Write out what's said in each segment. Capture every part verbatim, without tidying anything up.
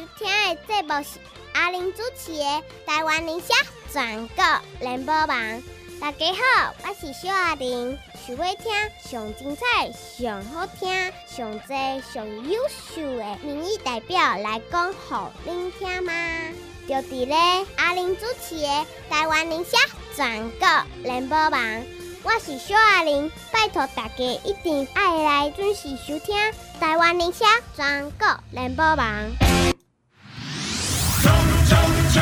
听的节目是阿玲主持的《台湾宁夏全国联播网》。大家好，我是小阿玲。想要听上精彩、上好听、上多、上优秀的民意代表来讲给您听吗？就伫咧阿玲主持的《台湾宁夏全国联播网》。我是小阿玲，拜托大家一定爱来准时收听台湾宁夏全国联播网。冲冲冲！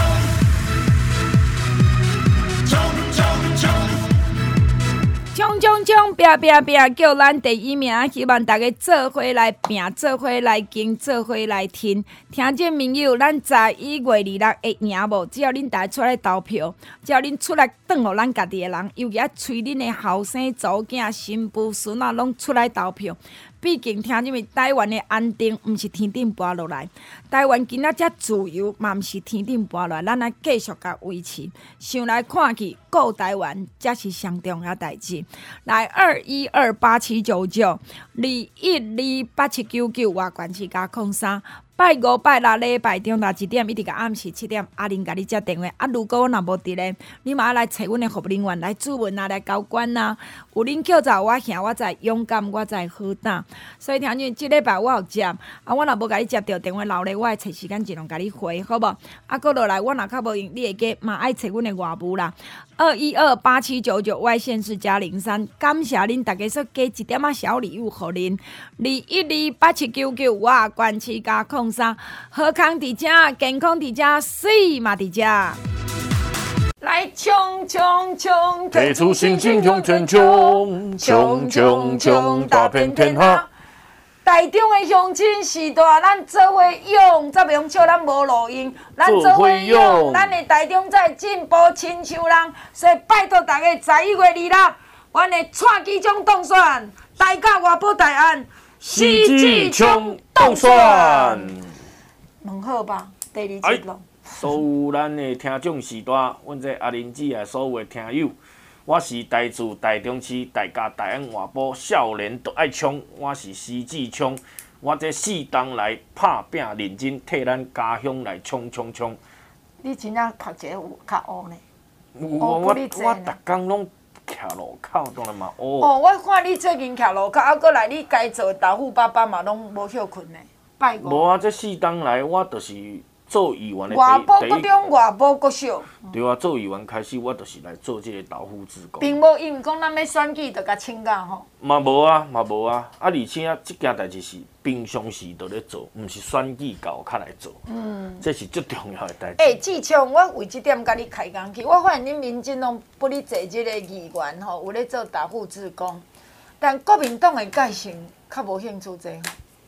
冲冲冲！冲冲冲！拼拼拼！叫咱第一名，希望大家做伙来拼，做伙来竞，做伙来听。听众朋友，咱十一月二六会赢无？只要恁大家出来投票，只要恁出来转互咱家己的人，尤其啊催恁的后生、祖囝、新妇、孙仔拢出来投票。毕竟听入面台湾的安定，毋是天顶拔落来；台湾今仔只自由，嘛毋是天顶拔落来。咱来继续甲维持。想来看去，顾台湾才是上重要代志。来二一二八七九九，二一二八七九九，外关市加空三。拜五拜六礼拜中昼一点一直到暗时七点，阿玲甲你接电话。啊，如果我若无伫咧，你嘛来找阮的服务人员来主问啊，来交关啊。有恁叫做我兄，我才勇敢，我才好胆。所以听见即礼拜我有接，啊，我若无甲你接到电话，留咧我会找时间尽量甲你回，好无？啊，搁落来我若较无用，你会记嘛爱找阮的外务啦。二一二八七九九外线是加零三，感谢恁大家说加一点仔小礼物互恁。二一二八七九九我关市加空三，好康伫遮，健康伫遮，水嘛伫遮。来冲冲冲！ 提出新情冲冲冲，冲冲冲，打遍天下。 台中的乡亲时代，咱做伙用，才袂用笑咱无路用。咱做伙用，咱的台中才进步亲像人。所以拜托大家，十一月二六，阮的蔡基忠当选，台甲外保台案， 西基冲当选。 问好吧，第二节咯。 所有咱的听众时代，阮这阿玲姐的所有的听友，我是来自台中市大家台湾外保少年都爱冲，我是施志冲，我这四冬来拍拼认真，替咱家乡来冲冲冲。 你真正读册有较乌呢？ 有我我我逐工拢徛路口，当然嘛乌。 哦，我看你最近徛路口，啊，过来你该做的豆腐爸爸嘛拢无休困呢。拜五。 无啊，这四冬来我就是。做议员的外保国中、外保国小。 对啊，做议员开始，我就是来做这个豆腐志工。 并无因为讲咱要选举，就甲请假吼。 嘛无啊，嘛无啊，啊！而且啊，这件代志是平常时就咧做，毋是选举到较来做。嗯，这是最重要的代志。 诶、欸，志昌，我为这点甲你开讲去。我发现恁民进党不哩坐这个议员吼，有咧做豆腐志工，但国民党的介绍较无兴趣这。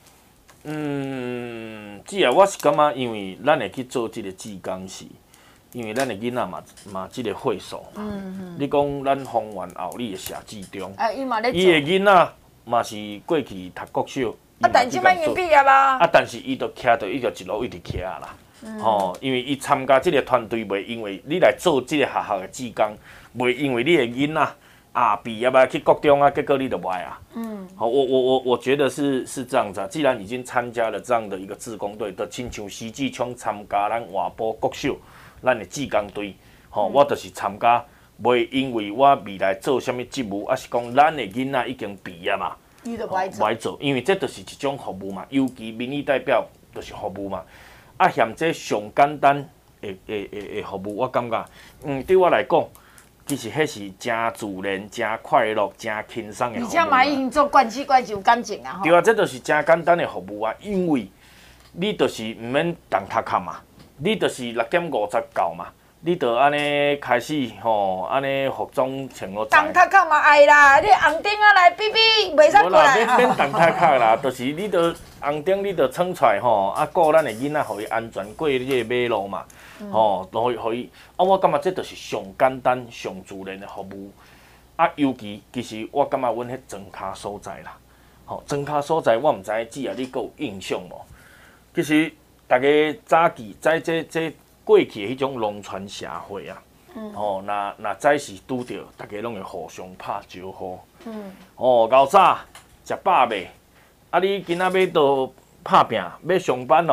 嗯，只啊，我是感觉，因为咱会去做即个志工时，因为咱的囡仔嘛嘛即个岁数嘛。嗯嗯。你讲咱丰原后里的社志中， 啊，伊嘛咧做。 伊的囡仔嘛是过去读国小。 啊，但即摆已经毕业啊。 啊，但是伊就徛着伊就一路一直徛啦。嗯。吼、哦，因为伊参加即个团队，袂因为你来做即个学校的志工，袂因为你的囡仔。啊，毕业啊去国中啊，结果你就不爱啊。嗯，好，我我我我觉得是是这样子啊。既然已经参加了这样的一个志工队，就亲像施志昌参加咱外保国小咱的志工队，吼、嗯，我就是参加，袂因为我未来做啥物职务，啊是讲咱的囡仔已经毕业嘛， 伊就不爱做， 不爱做，因为这就是一种服务嘛，尤其民意代表就是服务嘛。啊，嫌这上简单的的的的服务，我感觉，嗯，对我来讲。其实迄是真自然、真快乐、真轻松的服务。而且嘛，已经做关系关系有感情啊！ 对啊，这就是真简单的服务啊，因为你就是毋免动头壳嘛，你就是六点五十到嘛，你就安尼开始吼，安尼服装穿好。 动头壳嘛爱啦，你红灯啊来比比，袂使过来。 无啦，免免动头壳啦，就是你着红灯，你着闯出来吼，啊，顾咱的囡仔，互伊安全过这个马路嘛。吼，都可以，可以。啊，我感觉这就是上简单、上自然的服务。啊，尤其其实我感觉阮迄庄脚所在啦，吼，庄脚所在我毋知只啊你阁有印象无？其实大家早期在这这过去的迄种农村社会啊，嗯，吼，若若早时拄着，大家拢会互相拍招呼。嗯。哦，较早食饱未？啊，你今仔要倒拍拼，要上班哦。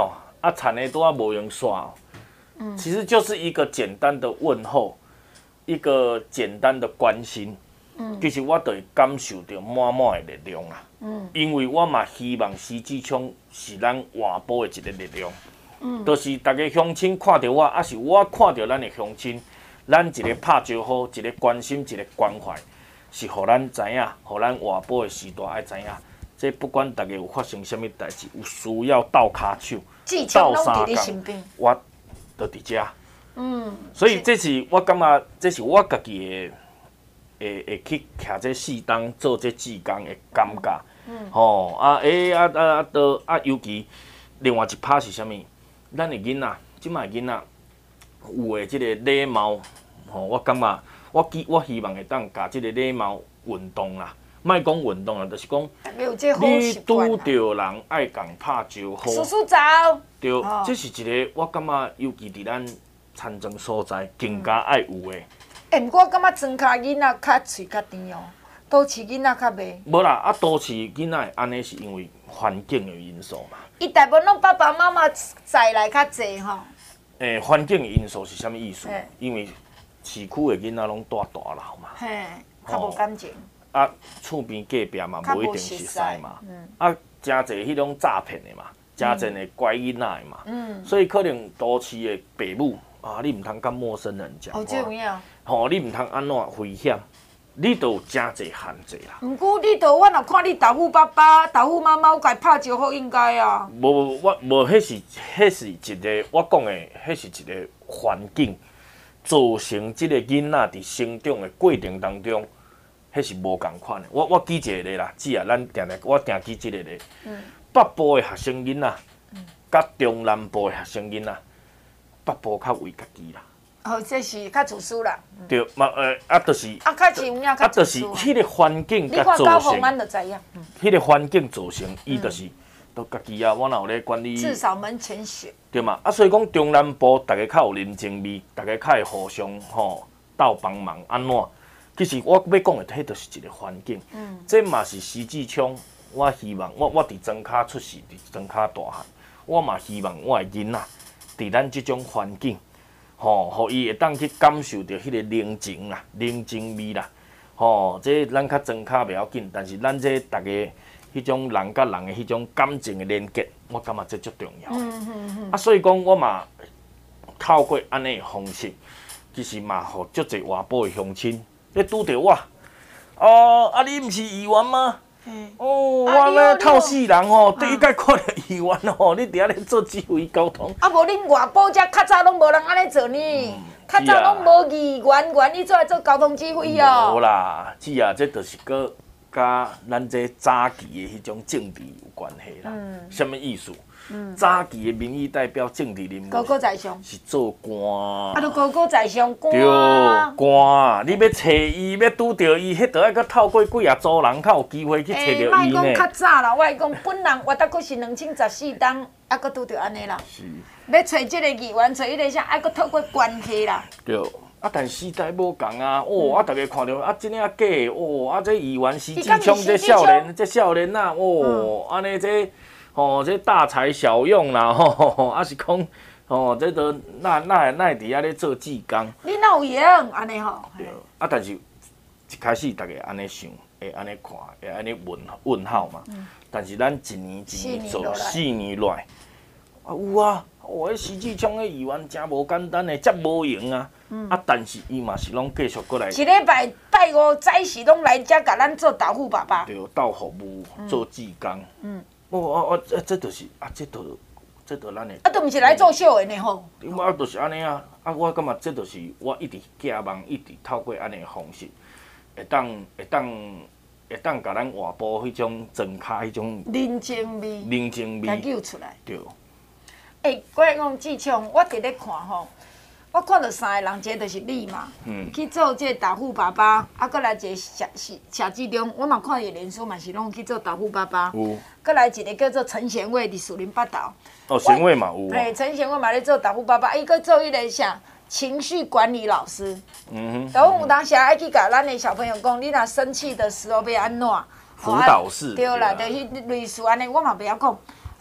啊田的都啊无用刷，嗯，其实就是一个简单的问候，一个简单的关心，嗯，其实我就会感受到满满的力量啊，嗯，因为我嘛希望施志昌是咱外部的一个力量，嗯，就是大家乡亲看到我，还是我看到咱的乡亲，咱一个拍招呼，一个关心，一个关怀，是互咱知影，互咱外部的时代爱知影。这不管大家有发生什么代志，有需要倒骹手、 倒三工， 我都伫遮。嗯，所以这是我感觉，这是我家己的，会会去徛这四档做这志工的感觉。嗯，吼啊诶啊啊啊，都啊，尤其另外一趴是啥物？咱的囡仔，即摆囡仔有的即个礼貌，吼，我感觉我希我希望会当教即个礼貌运动啦。莫讲运动啊，就是讲，你拄着人爱共拍招呼， 叔叔早。 对，哦、这是一个我感觉，尤其伫咱田庄所在，更加爱有的。 哎、欸，我感觉庄脚囡仔较喙较甜哦，都市囡仔较袂。 无啦，啊，都市囡仔安尼是因为环境的因素嘛。 伊大部分拢爸爸妈妈载来较济吼。 诶、欸，环境的因素是啥物意思？因为市区的囡仔拢住大楼嘛。 嘿，较无感情。 啊，厝边隔壁嘛，无一定熟悉嘛。嗯、啊，真侪迄种诈骗的嘛，真侪的乖囡仔的嘛。嗯。所以可能都市的父母啊，你唔通跟陌生人讲话。 哦，这有影。 吼，你唔通安怎危险，你都有真侪限制啦。 毋过你都我若看你豆腐爸爸、豆腐妈妈，我甲伊拍招呼应该啊。 无无，我无，迄是迄是一个我讲的，迄是一个环境造成即个囡仔伫成长的过程当中。迄是无共款的。我我举一个例啦，只啊，咱定定我定举即个例。嗯。北部的学生囡仔，甲中南部的学生囡仔，北部较为家己啦。 哦，这是较自私啦。 嗯、对，嘛呃啊，就是。 啊，较是有影较自私。 啊，就是迄个环境甲造成。 你看高虹安就知影。 嗯。迄个环境造成，伊就是，都家己啊，我哪有咧管理。 至少门前雪。 对嘛？啊，所以讲中南部大家较有人情味，大家较会互相吼斗帮忙安怎？其实我要讲的，迄就是一个环境。嗯，这嘛是施志昌。我希望我我伫庄脚出世，伫庄脚大汉，我嘛希望我的囡仔伫咱即种环境，吼，互伊会当去感受到迄个宁静啦、宁静味啦。吼，这咱较庄脚袂要紧，但是咱这大家迄种人甲人的迄种感情的连结，我感觉这足重要。嗯嗯嗯。啊，所以讲我嘛透过安尼的方式，其实嘛，互足侪外部的乡亲。你拄着我，哦，啊，你毋是议员吗？嗯、哦，我咧透视人吼，第一摆看到议员吼，你伫遐咧做指挥交通。 啊，无恁外部遮较早拢无人安尼做呢，较、嗯、早拢无议员员，你做来做交通指挥哦。 无啦，姊啊，这就是个甲咱这早期的迄种政治有关系啦。嗯。什么意思？嗯，早期的民意代表政治人物， 高高在上， 是做官。 啊，都高高在上官。 对，官，你要找伊，要拄着伊，迄都要搁透过几啊组人，较有机会去找着伊呢。 欸，莫讲较早啦，我会讲本人活得阁是两千十四档，还阁拄着安尼啦。是。要找即个议员，找迄个啥，还阁透过关系啦。 对。啊，但时代无共啊，哦，啊，大家看到啊，真正假的，哦，啊，这议员施志昌这少年，这少年呐，哦，安尼这。哦，这大材小用啦，吼，啊是讲，哦，这都那那那会伫遐咧做志工。 你哪有用安尼吼？ 对，啊，但是一开始大家安尼想，会安尼看，会安尼问问号嘛。嗯、但是咱一年一年做，四年来，啊有啊，哦，迄施志昌的议员真无简单的，遮无用啊。嗯、啊，但是伊嘛是拢继续过来。 一礼拜拜五早时拢来遮，甲咱做豆腐爸爸。 对，斗服务，做志工。嗯。嗯哦哦哦，这这就是啊，这都这都咱的。 啊，都毋是来做秀的呢吼。 我啊，就是安尼啊，啊，我感觉这就是我一直寄望，一直透过安尼的方式，会当会当会当甲咱外部迄种庄脚迄种宁静味， 宁静味， 甲揪出来。 对。 诶，我来讲志昌，我伫咧看吼。我看到三个人，一个就是你嘛，嗯、去做这个豆腐爸爸，啊，搁来一个谢谢谢志忠，我嘛看伊脸书嘛是拢去做豆腐爸爸，有，搁来一个叫做陈贤伟伫树林北投， 哦，贤伟嘛有， 嘿，陈贤伟嘛咧做豆腐爸爸，伊搁做迄个啥情绪管理老师，嗯哼，然后有当时爱去甲咱的小朋友讲，你若生气的时候要安怎， 辅导室， 对啦，就是类似安尼，我嘛袂晓讲。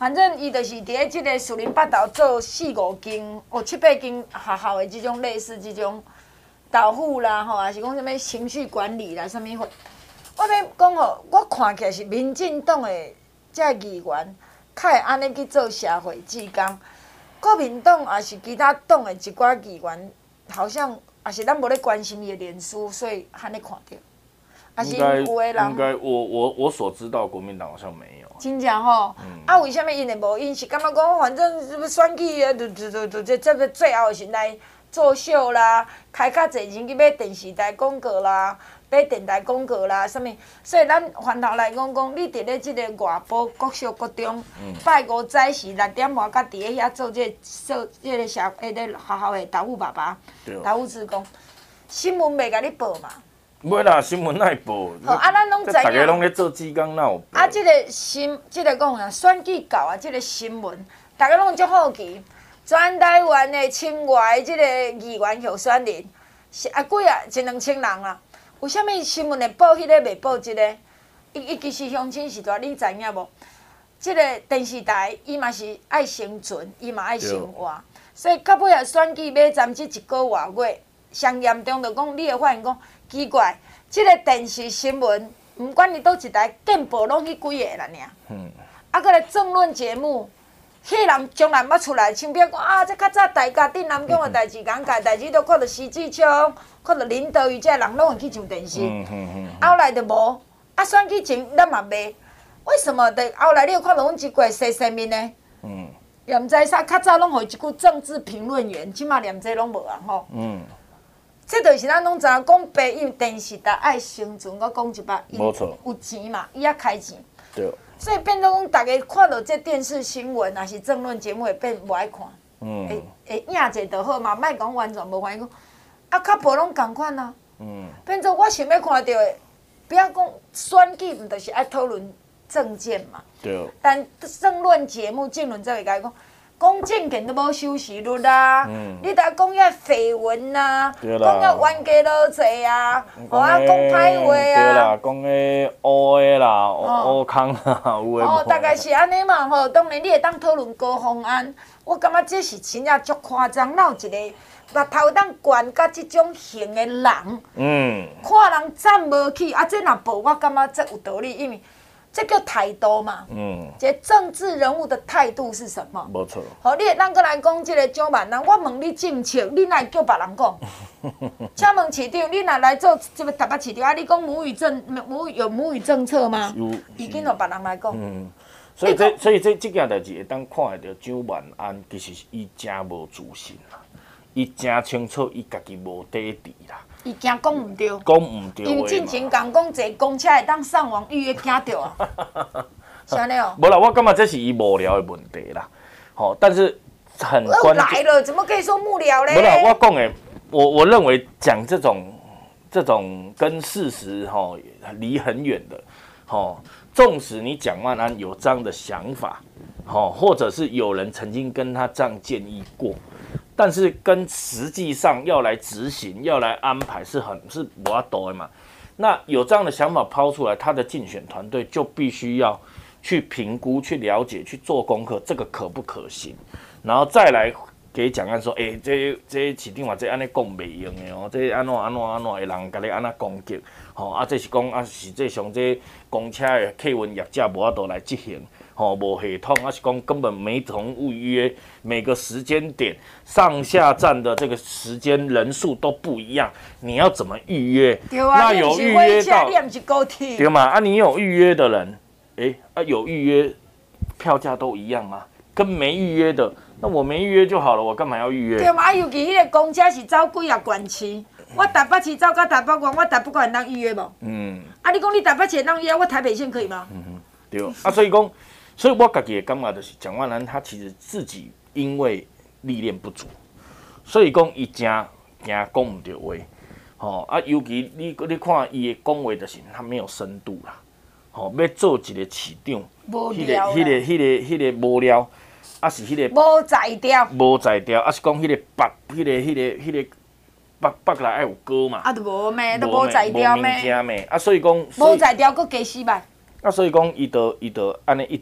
反正伊就是伫咧即个树林北投做四五间、哦七八间学校的即种类似即种导护啦，吼，也是讲什物情绪管理啦，啥物货。我要讲吼，我看起来是民进党的遮议员，较会安尼去做社会志工。国民党也是其他党的一寡议员，好像也是咱无咧关心伊的脸书，所以安尼看到。还是有的人应该我我我所知道，国民党好像没有。 真正吼，嗯、啊，为什么因会无？因是感觉讲，反正是要选举啊，就就就就这这最后是来作秀啦，开较侪钱去买电视台广告啦，买电台广告啦，啥物？所以咱翻头来讲讲，你伫咧即个外埔国小国中，嗯、拜五早时六点外，甲伫咧遐做这做这个社迄个学校的导护爸爸、导护志工，新闻袂甲你报嘛？ 袂啦，新闻哪会报？ 好啊，咱拢知影。 大家拢咧做志工，哪有报？ 啊，即、这个新，即、这个讲啊，选举到啊，即、这个新闻，大家拢足好奇。全台湾的清外即个议员候选人，是啊几啊，一两千人啊。为虾米新闻会报迄个袂报即、这个？伊伊其实乡亲时代，你知影无？即、这个电视台伊嘛是爱生存，伊嘛爱生活，所以到尾啊选举要暂时一个外月，上严重就讲你会发现讲。奇怪，即、这个电视新闻，毋管你倒一台，见报拢去几个啦尔。嗯。啊，搁来政论节目，迄人从来捌出来，像比如讲啊，这较早大家顶南港的代志，讲家代志都看到施志昌，看到林德宇这人拢会去上电视。嗯嗯嗯。后来就无，啊选举前咱嘛袂，为什么的后来你有看到阮一过西西面呢？嗯。也毋知啥，较早拢互一句政治评论员，即马连这拢无啊吼。嗯。这就是咱拢知影，讲白因电视台爱生存，我讲一摆， 无错， 有钱嘛，伊也开钱。 对。 所以变做讲，大家看到这电视新闻，还是政论节目，会变无爱看。嗯。会会影者就好嘛，莫讲完全无欢喜讲。啊，较无拢共款啊。嗯。变做我想要看到的，不要讲选举，毋就是爱讨论政见嘛。 对。 但政论节目、政论才会甲伊讲。讲政见都无收视率啦，嗯、你若讲遐绯闻呐，讲遐冤家路济啊，哦啊讲歹话啊， 对啦，讲迄乌的啦、乌空啦，有诶。 哦，大概是安尼嘛吼。当然你会当讨论高虹安，我感觉这是真正足夸张，哪有一个目头当悬甲即种型的人，嗯，看人赞无起，啊，这若报我感觉这有道理，因为。这叫态度嘛，嗯，这政治人物的态度是什么？ 没错。 好，你咱过来讲这个蒋万安，我问你政策，你哪会叫别人讲？请问市长，你若来做这个台北市长，啊，你讲母语政母有母语政策吗？有，已经让别人来讲。嗯， 所以这所以这这件代志会当看会到蒋万安，其实伊真无自信啦，伊真清楚伊家己无底底啦。 伊惊讲毋对， 讲毋对因为之前讲讲坐公车会当上网预约惊着啊，是安尼哦。 无啦，我感觉这是伊无聊的问题啦，吼，但是很关键。 来了，怎么可以说幕僚咧？ 无啦，我讲诶，我我认为讲这种这种跟事实吼离很远的，吼，纵使你蒋万安有这样的想法，吼，或者是有人曾经跟他这样建议过。但是跟实际上要来执行、要来安排是很是无法度的嘛。那有这样的想法抛出来，他的竞选团队就必须要去评估、去了解、去做功课，这个可不可行，然后再来给蒋安说，哎、欸，这这市长话这安尼讲袂用的哦，这安怎安怎安怎会人家己安怎攻击，吼啊，这是讲啊，实际上这公车的客运业者无法度来执行。吼，无系统，还是讲根本没同预约，每个时间点上下站的这个时间人数都不一样，你要怎么预约？ 对啊，那有预约到，你也不是高铁， 对嘛？啊，你有预约的人，哎、欸，啊有预约，票价都一样啊，跟没预约的，那我没预约就好了，我干嘛要预约？ 对嘛？啊，尤其迄个公车是走几啊县市，我台北市走到台北县，我台北县能预约无？嗯。啊，你讲你台北市能预约，我台北县可以吗？嗯哼， 对。啊，所以讲。所以我自己的感觉就是蒋万安他其实自己因为历练不足，所以讲伊真惊讲唔到话，吼啊，尤其你你看伊的讲话就是他没有深度啦，吼要做一个市长， 迄个迄个迄个迄个无聊，啊是迄个无才调， 无才调，啊是讲迄个北迄个迄个迄个北北来爱有歌嘛， 啊都无咩，都无才调咩， 咩啊所以讲无才调佫加死吧。 啊，所以讲，伊就伊就安尼一直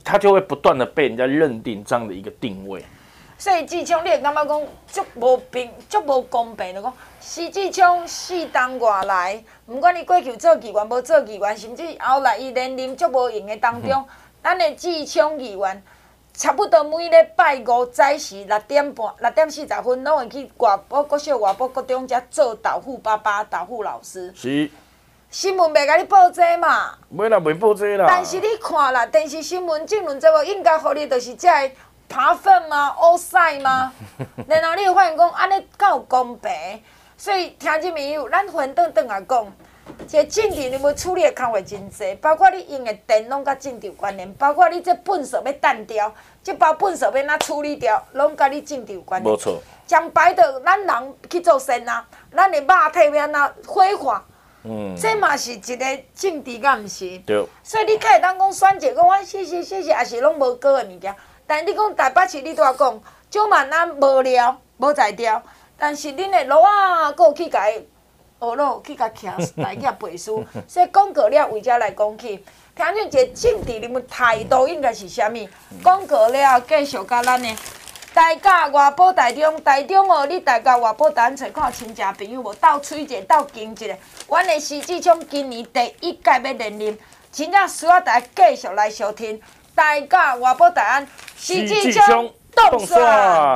他就会不断的被人家认定这样的一个定位。 所以志昌，你会感觉讲足无平、足无公平，就讲施志昌四当外来，毋管你过去做议员无做议员，甚至后来伊连任足无用的当中，咱、嗯、的志昌议员差不多每礼拜五早时六点半、六点四十分，拢会去外埔、国小外埔国中遮做导护爸爸、导护老师。 是。 新闻袂甲你报这嘛？ 袂啦，袂报这啦。 但是你看啦，电视新闻、政论节目应该互你就是遮个扒粪吗？乌屎吗？然后你会发现讲，安尼敢有公平？所以听众朋友，咱反倒转来讲，一个政治你要处理的工作真济，包括你用的电拢甲政治有关联，包括你这粪扫要弹掉，这包粪扫要哪处理掉，拢甲你政治有关联。 无错。 将摆到咱人去做先啊，咱的肉体要哪挥发？嗯，这嘛是一个政治，敢毋是？ 对。 所以你较会当讲选择讲，我谢谢谢谢，也是拢无过的物件。但是你讲台北市，你拄仔讲，少万咱无聊，无才调。但是恁的路啊，阁有去甲伊学路去甲徛来去背书，所以讲过了，为遮来讲去，听像一个政治人物态度应该是啥物？讲过了，继续甲咱的。大家外埔台中，台中哦，你大家外埔咱找看亲戚朋友无，斗吹者，斗敬一下。阮的施志昌今年第一届要连任，真正需要大家继续来收听。大家外埔台安，施志昌动算。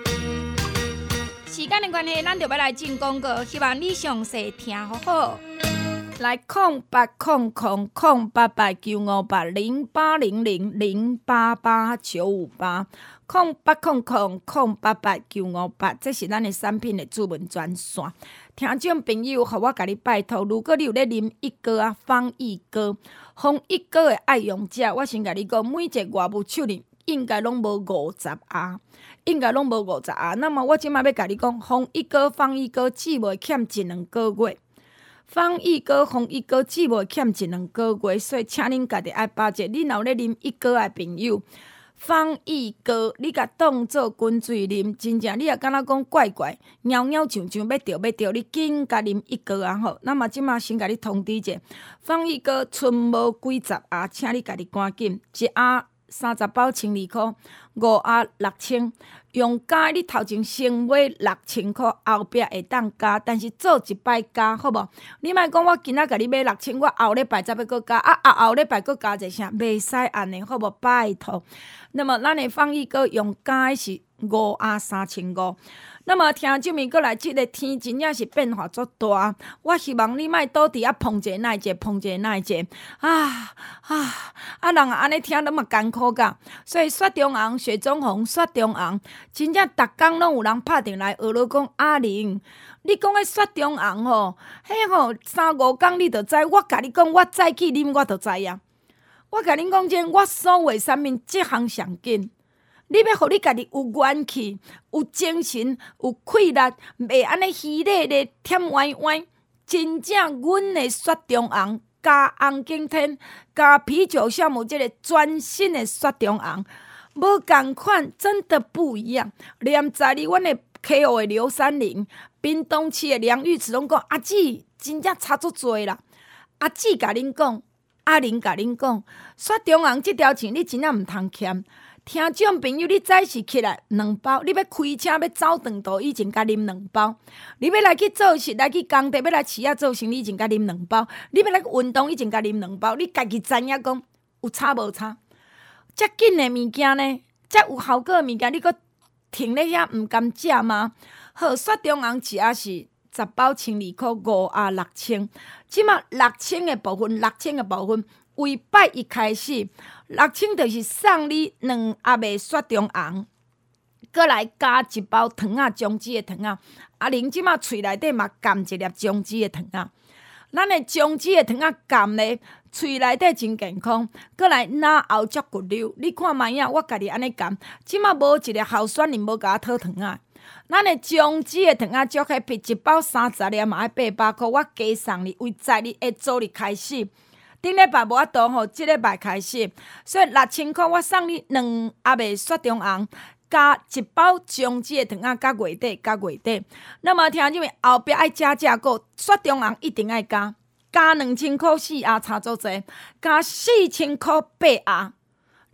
时间的关系，咱就要来进广告，希望你详细听好好。来空八空空空八八九五八零八零零零八八九五八空八空空空八八九五八，这是咱的产品的主文专线。听众朋友，互我甲你拜托，如果你有咧啉一哥啊、方一哥、方一哥的爱用者，我先甲你讲，每一个外务手里应该拢无五十啊，应该拢无五十啊。那么我即摆要甲你讲，方一哥、方一哥只袂欠一两个月。方一哥、方一哥只袂欠一两个月，所以请恁家己爱把握。你若有咧啉一哥的朋友，方一哥，你甲当做滚水啉，真正你也敢若讲怪怪、喵喵上上要着要着，你紧甲啉一哥啊好。那么即马先甲你通知者，方一哥剩无几十啊，请你家己赶紧一盒三十包千二箍，五盒六千。用加你头前先买六千块，后壁会当加，但是做一摆加，好无？你莫讲我今仔甲你买六千，我后礼拜才要搁加，啊后后礼拜搁加一声，袂使安尼，好无？拜托。那么咱的方一哥用加的是五盒三千五。那么听证明过来，即个天真正是变化足大。我希望你莫倒伫啊碰者那一者，碰者那一者啊啊啊！人安尼听都嘛艰苦噶。所以雪中红、雪中红、雪中红，真正逐工拢有人拍电来学了讲阿玲，你讲的雪中红吼，迄吼三五工你就知。我甲你讲，我早起啉我就知呀。我甲恁讲真，我所谓啥物，即项上紧。你要互你家己有元气、有精神、有气力，袂安尼虚咧咧、忝歪歪。真正，阮的雪中红加红景天加啤酒酵母，即个全新的雪中红，无共款，真的不一样。连在哩，阮的 K O 的刘三林、屏东市的梁玉慈拢讲，阿姊真正差足多啦。阿姊甲恁讲，阿玲甲恁讲，雪中红即条钱你真正毋通欠。听众朋友，你早时起来两包，你要开车要走长途以前，甲啉两包；你要来去做事、来去工地、要来市啊做生意以前，甲啉两包；你要来运动以前，甲啉两包。你家己知影讲有差无差？遮紧的物件呢，遮有效果的物件，你搁停咧遐毋甘食吗？好，雪中红一盒是十包千二箍，五盒六千。即马六千的部分，六千的部分。为拜一开始，六千就是送你两盒的雪中红，搁来加一包糖仔，姜汁的糖仔。阿玲即马喙内底嘛含一粒姜汁的糖仔，咱的姜汁的糖仔含咧喙内底真健康，搁来哪后足骨溜。你看卖影，我家己安尼含，即马无一个候选人无甲我讨糖仔。咱的姜汁的糖仔足起皮，一包三十粒嘛要八百箍，我加送你，为在你下周日开始。顶礼拜无法度吼，即礼拜开始，所以六千块我送你两盒的雪中红，加一包姜汁的糖仔，加月底，加月底。那么听众们后壁爱加价购，雪中红一定爱加，加两千块四盒差足济，加四千块八盒。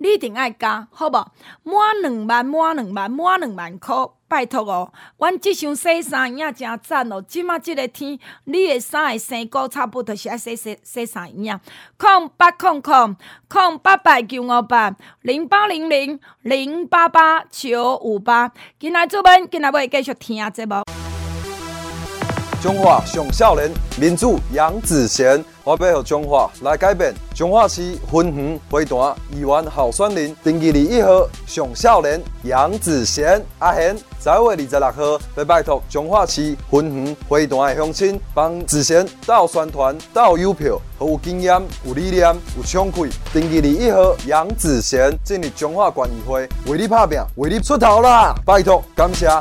你一定爱加，好无？满两万，满两万，满两万块，拜托哦！阮即箱洗衫影真赞哦！即马即个天，你的衫的生果差不多是爱洗洗洗衫影。空八空空空八八九五八零八零零零八八九五八。今仔做文，今仔要继续听节目。 中华上少年民主杨子贤，我要互中华来改变。中华市分园会团议员候选人登记二一号上少年杨子贤阿贤，十一月二十六号要拜托中华市分园会团的乡亲，帮子贤斗宣传、斗邮票，和有经验、有理念、有冲气。登记二一号杨子贤进入中华县议会，为你拍拼，为你出头啦！拜托，感谢。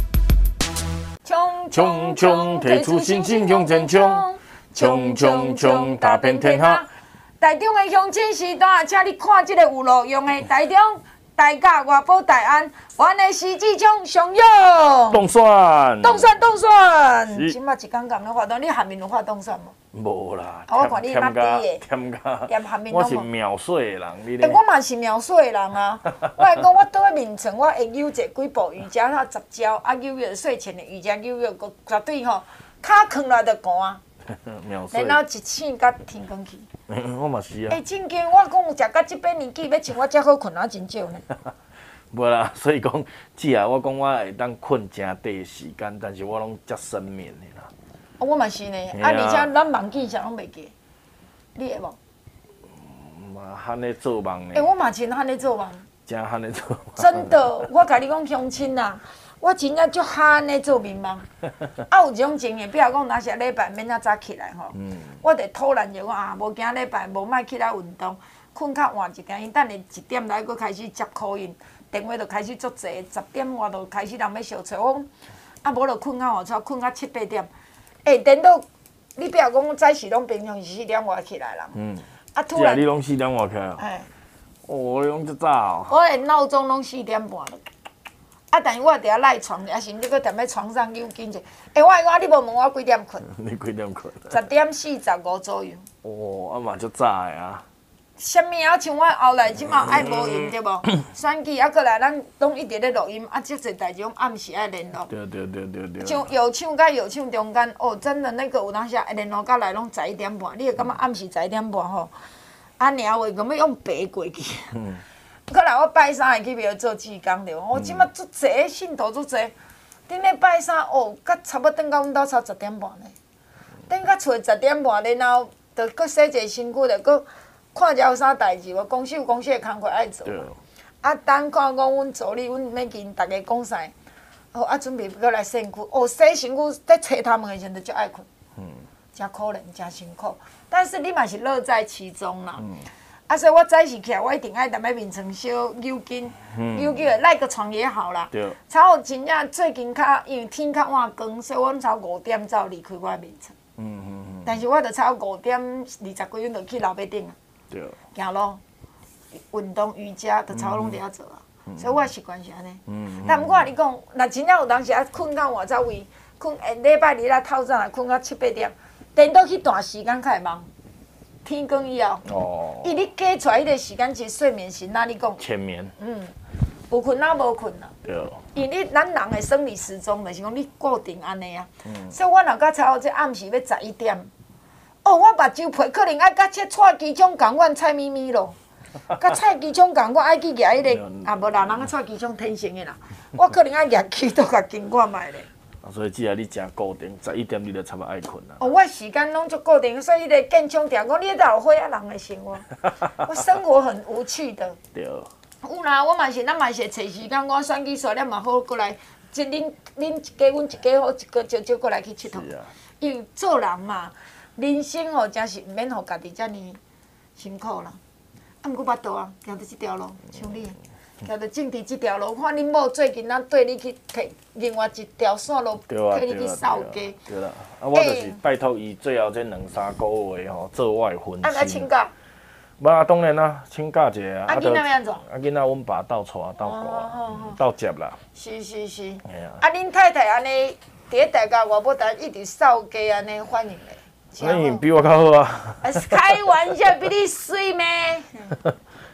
冲冲提出新新向前冲，冲冲冲打遍天下。 台中的乡亲时代，请你看这个有路用的台中、台甲、外埔、台安，阮的徐志昌上用。 冻蒜， 冻蒜，冻蒜。即马一天讲咧发动，你下面有发冻蒜无？ 无啦， 啊，我看你捌啲嘅， 添加， 连下面我是秒水的人，你咧？欸，我嘛是秒水的人啊！我来讲，我倒咧眠床，我会扭者几部瑜伽，那十招，啊扭着睡前的瑜伽，扭着个绝对吼，骹囥来就寒。 秒水。 然后一醒甲天光去。 我嘛是啊。 欸，正经，我讲有食到即把年纪，要像我遮好困啊，真少呢。 无啦，所以讲，只啊，我讲我会当困真短的时间，但是我拢遮深眠的啦。 我嘛是呢，啊，而且咱梦见啥拢袂记，你会无？ 嘛，罕咧做梦呢。 欸，我嘛真罕咧做梦。 真罕咧做梦。 真的，我甲你讲乡亲啊，我真正足罕咧做眠梦。啊，有一种情形，比如讲，若是礼拜免遐早起来吼，嗯、我得突然就讲啊，无今礼拜无莫起来运动，困较晚一点，伊等下一点来，佫开始接考音，电话就开始足济，十点外就开始人要相找。我讲啊，无就困较晚，困到七八点。欸，颠倒，你比如讲，早时拢平常是四点外起来人，嗯，啊突然， 你拢四点外起啊？哎，哦，你拢遮早哦。 我的闹钟拢四点半了，啊，但是我伫遐赖床，啊，甚至佫踮咧床上扭筋者。欸，我我你无问我几点困？ 你几点困？ 十点四十五左右。 哦，啊嘛足早的啊。 啥物啊？像我后来即马爱无闲对无？选举啊，过来咱拢一直咧录音，啊，即侪代志拢暗时爱联络。 对对对对对。 像有唱甲有唱中间，哦，真的那个有当时联络到来拢十一点半，你会感觉暗时十一点半吼，啊，尔话咁要用爬过去。嗯。过来我拜三会去庙做志工着，我即马足济信徒足济，顶礼拜三哦，甲差不多等到阮兜差十点半呢，等到厝十点半，然后着搁洗者身躯着搁。看一下有啥代志无？公司有公司的工课爱做。啊，等看讲阮助理，阮要跟大家讲啥？哦，啊，准备过来洗身躯。哦，洗身躯在找他们的时阵，就爱困。嗯。真可怜，真辛苦。但是你嘛是乐在其中啦。嗯。啊，所以我早时起来，我一定爱踮咧眠床小扭筋，扭筋的赖个床也好啦。对。差不多真正最近较因为天较晚光，所以阮差五点才离开我的眠床。嗯嗯嗯。但是我着差五点二十几分就去楼尾顶啊。对，行路、运动、瑜伽，都差不多拢伫遐做啊。嗯、所以我的习惯是安尼。嗯嗯、但毋过你讲，若真正有当时啊，困到外走位，困下礼拜日啊透早来困到七八点，颠倒去段时间较会忙。天光以后，哦，伊你加出来迄个时间，其实睡眠是哪你讲？ 浅眠。嗯， 有困哪无困啊？ 对。 因为你咱人的生理时钟，就是讲你固定安尼啊。嗯、所以我若到差不多这暗时要十一点。哦，我目睭皮可能爱甲这蔡机枪共阮蔡咪咪咯，甲蔡机枪共我爱去举迄个，啊无啦，人个蔡机枪天生的啦，我可能爱举起都甲经看卖咧。 啊，所以只要你真固定，十一点你就差不多爱困啦。 哦，我时间拢足固定，所以迄个建枪定讲，你哪有伙仔人的生活？我生活很无趣的。对。有啦，我嘛是，咱嘛是找时间，我选举刷了嘛好过来，即恁恁一家阮一家好，一个少少过来去佚佗。因为做人嘛。人生哦，真是毋免互家己遮尔辛苦啦。啊，毋过捌倒啊，行到即条路，像你，行到政治即条路，看恁某最近咱缀你去摕另外一条线路，替你去扫街。 对啦，啊，我就是拜托伊最后这两三个月吼，做我的分身。 啊，来请假？ 无啊，当然啦，请假者啊。 啊，囡仔要安怎？啊， 囡仔阮爸斗带斗顾斗接啦。 是是是。哎呀。啊，恁太太安尼，伫咧大家外母台一直扫街安尼欢迎咧。 那伊比我较好啊！ 开玩笑，比你水咩？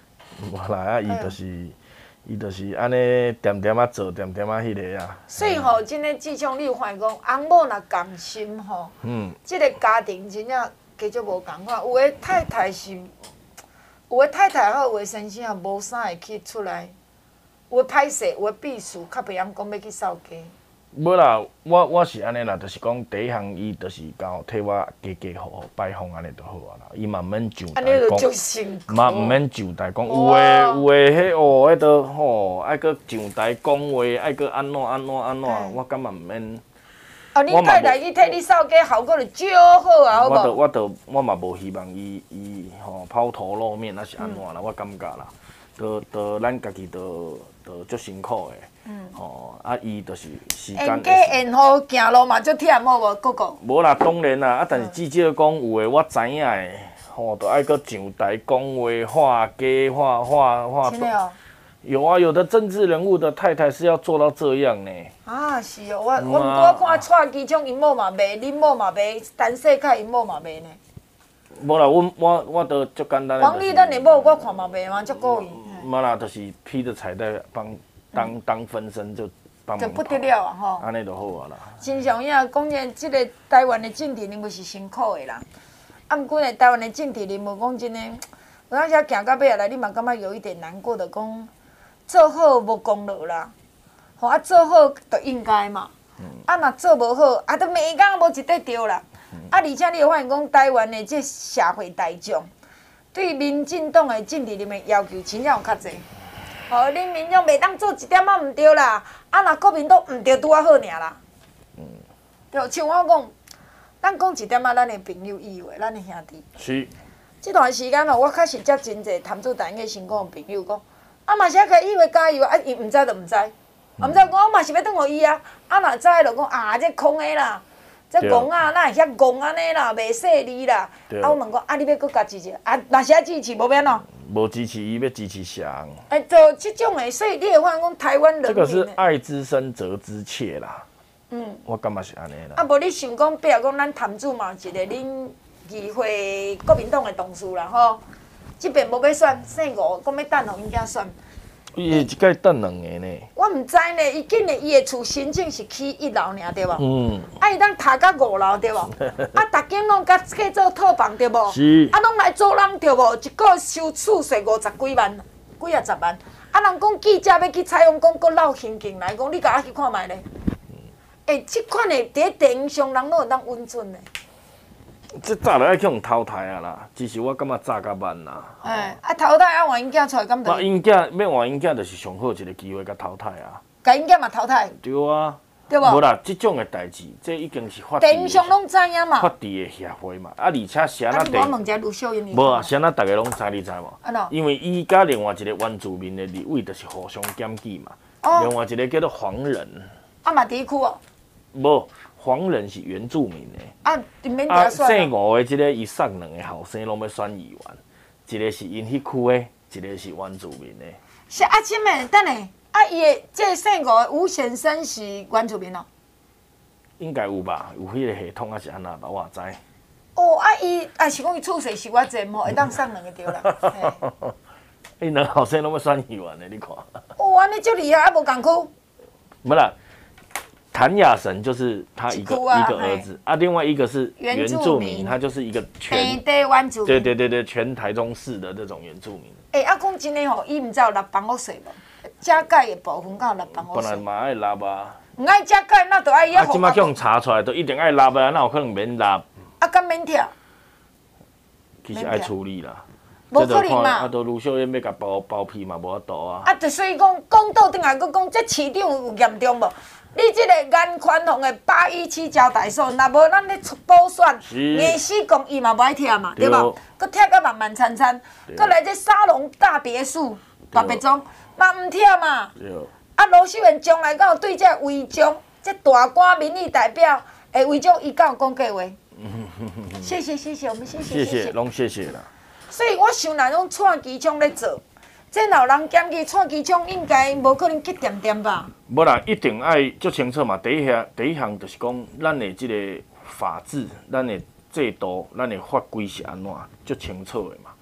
无啦，啊，伊就是伊就是安尼点点啊做，点点啊迄个啊。 所以吼，真诶，志强，你有发现讲，翁某若甘心吼，嗯，即个家庭真正加足无共款。有诶太太是，有诶太太好，有诶先生也无啥会去出来，有诶歹势，有诶避暑，较袂晓讲要去扫街。 无啦，我我是安尼啦，就是讲第一项，伊就是交替我家家好好摆放安尼就好啊啦。伊嘛毋免上台讲，嘛毋免上台讲。有诶有诶，迄哦，迄个吼，爱搁上台讲话，爱搁安怎安怎安怎，我感觉毋免。 啊，你太太去替你扫街，效果就足好啊，好无？ 我着我着我嘛无希望伊伊吼抛头露面，那是安怎啦？我感觉啦，着着咱家己着着足辛苦诶。嗯，吼，啊，伊就是时间。 沿街沿路行路嘛，足忝好无，哥哥？ 无啦，当然啦，啊，但是至少讲有诶，我知影诶，吼，着爱搁上台讲话、画家、画画画。 真的哦。 有啊，有的政治人物的太太是要做到这样呢。 啊，是哦，我我我看蔡其昌因某嘛卖，恁某嘛卖，陈世凯因某嘛卖呢。 无啦，我我我都足简单。 王丽咱的某我看嘛卖嘛，足过瘾。 无啦，就是披着彩带帮。当当分身就帮忙， 就不得了啊！吼， 安尼就好啊啦。 真常影讲言，即个台湾的政治人物是辛苦的啦。啊，毋过呢，台湾的政治人物讲真诶，有当时行到尾仔来，你嘛感觉有一点难过的，讲做好无功劳啦。吼啊，做好就应该嘛。嗯、啊，若做无好，啊，都每工无一块对啦。嗯、啊，而且你会发现讲，台湾的这社会大众对民进党的政治人物要求真正有较济。哦，恁民众袂当做一点仔毋对啦，啊，若国民党毋对拄啊好尔啦。嗯。对，像我讲，咱讲一点仔咱的朋友以外，咱的兄弟。 是。 这段时间哦，我确实接真侪谈做谈个成功的朋友讲，啊嘛是爱甲以为加油，啊伊毋知就毋知，毋知讲我嘛是要转互伊啊，啊若知就讲啊这空的啦，这戆啊哪会遐戆安尼啦，袂细腻啦。啊我问讲啊你要搁加支持，啊若是爱支持无变咯。 无支持伊，要支持谁？ 哎，就这种诶，所以你会发现讲台湾人民。 这个是爱之深责之切啦。嗯。我感觉是安尼啦。 啊，无你想讲，比如讲咱潭子嘛，一个恁议会国民党诶同事啦，吼，即边无要选，姓吴，讲要等互因囝选。 伊会一届等两个呢？ 我毋知呢，伊今年伊诶厝申请是起一楼尔，对无？嗯。啊，伊当爬到五楼，对无？啊，逐间拢甲计做套房，对无？ 是。 啊，拢来租人，对无？一个收厝税五十几万，几啊十万。啊，人讲记者要去采访，讲佫闹刑警来，讲你甲我去看觅咧。诶、欸，即款诶，伫电影上人拢有当温存咧。 这早就爱去互淘汰啊啦！只是我感觉早甲慢啦。 哎，啊淘汰啊，换因囝出来，敢得？因囝要换因囝，就是上好一个机会，甲淘汰啊。 甲因囝嘛淘汰。 对啊。 对无？ 无啦，即种诶代志，这已经是法治。电影上拢知影嘛。 法治诶协会嘛，啊，而且是安那我问者卢秀英。 无啊，是安那大家拢知，你知无？ 安怎？ 因为伊甲另外一个原住民诶立委，就是互相检举嘛。哦。另外一个叫做黄人。啊嘛伫区哦。 无。黄人是原住民的， 啊，啊， 姓吴的即个伊送两个后生拢要选议员，一个是因迄区的，一个是原住民的。 是啊，亲诶，等下，啊，伊的即个姓吴的吴先生是原住民哦？ 应该有吧，有迄个系统啊是安那吧，我也知。 哦，啊，伊啊是讲伊厝势是我济吼，会当送两个对啦。 伊两后生拢要选议员的，你看。 哦，安尼足厉害，啊无共区。 没啦。谭雅神就是他一个一个儿子啊，另外一个是原住民，他就是一个全对对对对全台中市的这种原住民。 哎，啊讲真诶吼，伊毋知有纳房屋税无？加盖诶部分敢有纳房屋税？ 本来嘛爱纳啊。 唔爱加盖，那就爱要。 啊，即马叫人查出来，都一定爱纳啊，那有可能免纳？ 啊，敢免跳？ 其实爱处理啦。 无可能嘛！ 啊，都卢秀燕要甲包包庇嘛，无法度啊。 啊，就所以讲，讲到顶来，佮讲，这市场有严重无？你即个颜宽宏的八一七招待所，若无咱咧补选，硬死公伊嘛无爱听嘛，对无？佮听甲慢慢惨惨，佮来这沙龙大别墅大别庄嘛毋听嘛。啊，罗秀燕将来敢有对这违章，这大官民意代表诶违章，伊敢有讲过话？谢谢谢谢，我们谢谢谢谢，拢谢谢啦。 所以我想来拢蔡其昌咧做。这老人检举蔡其昌应该无可能去点点吧？ 无啦，一定爱足清楚嘛。第一项，第一项就是讲，咱的即个法治、咱的制度、咱的法规是安怎，足清楚的嘛。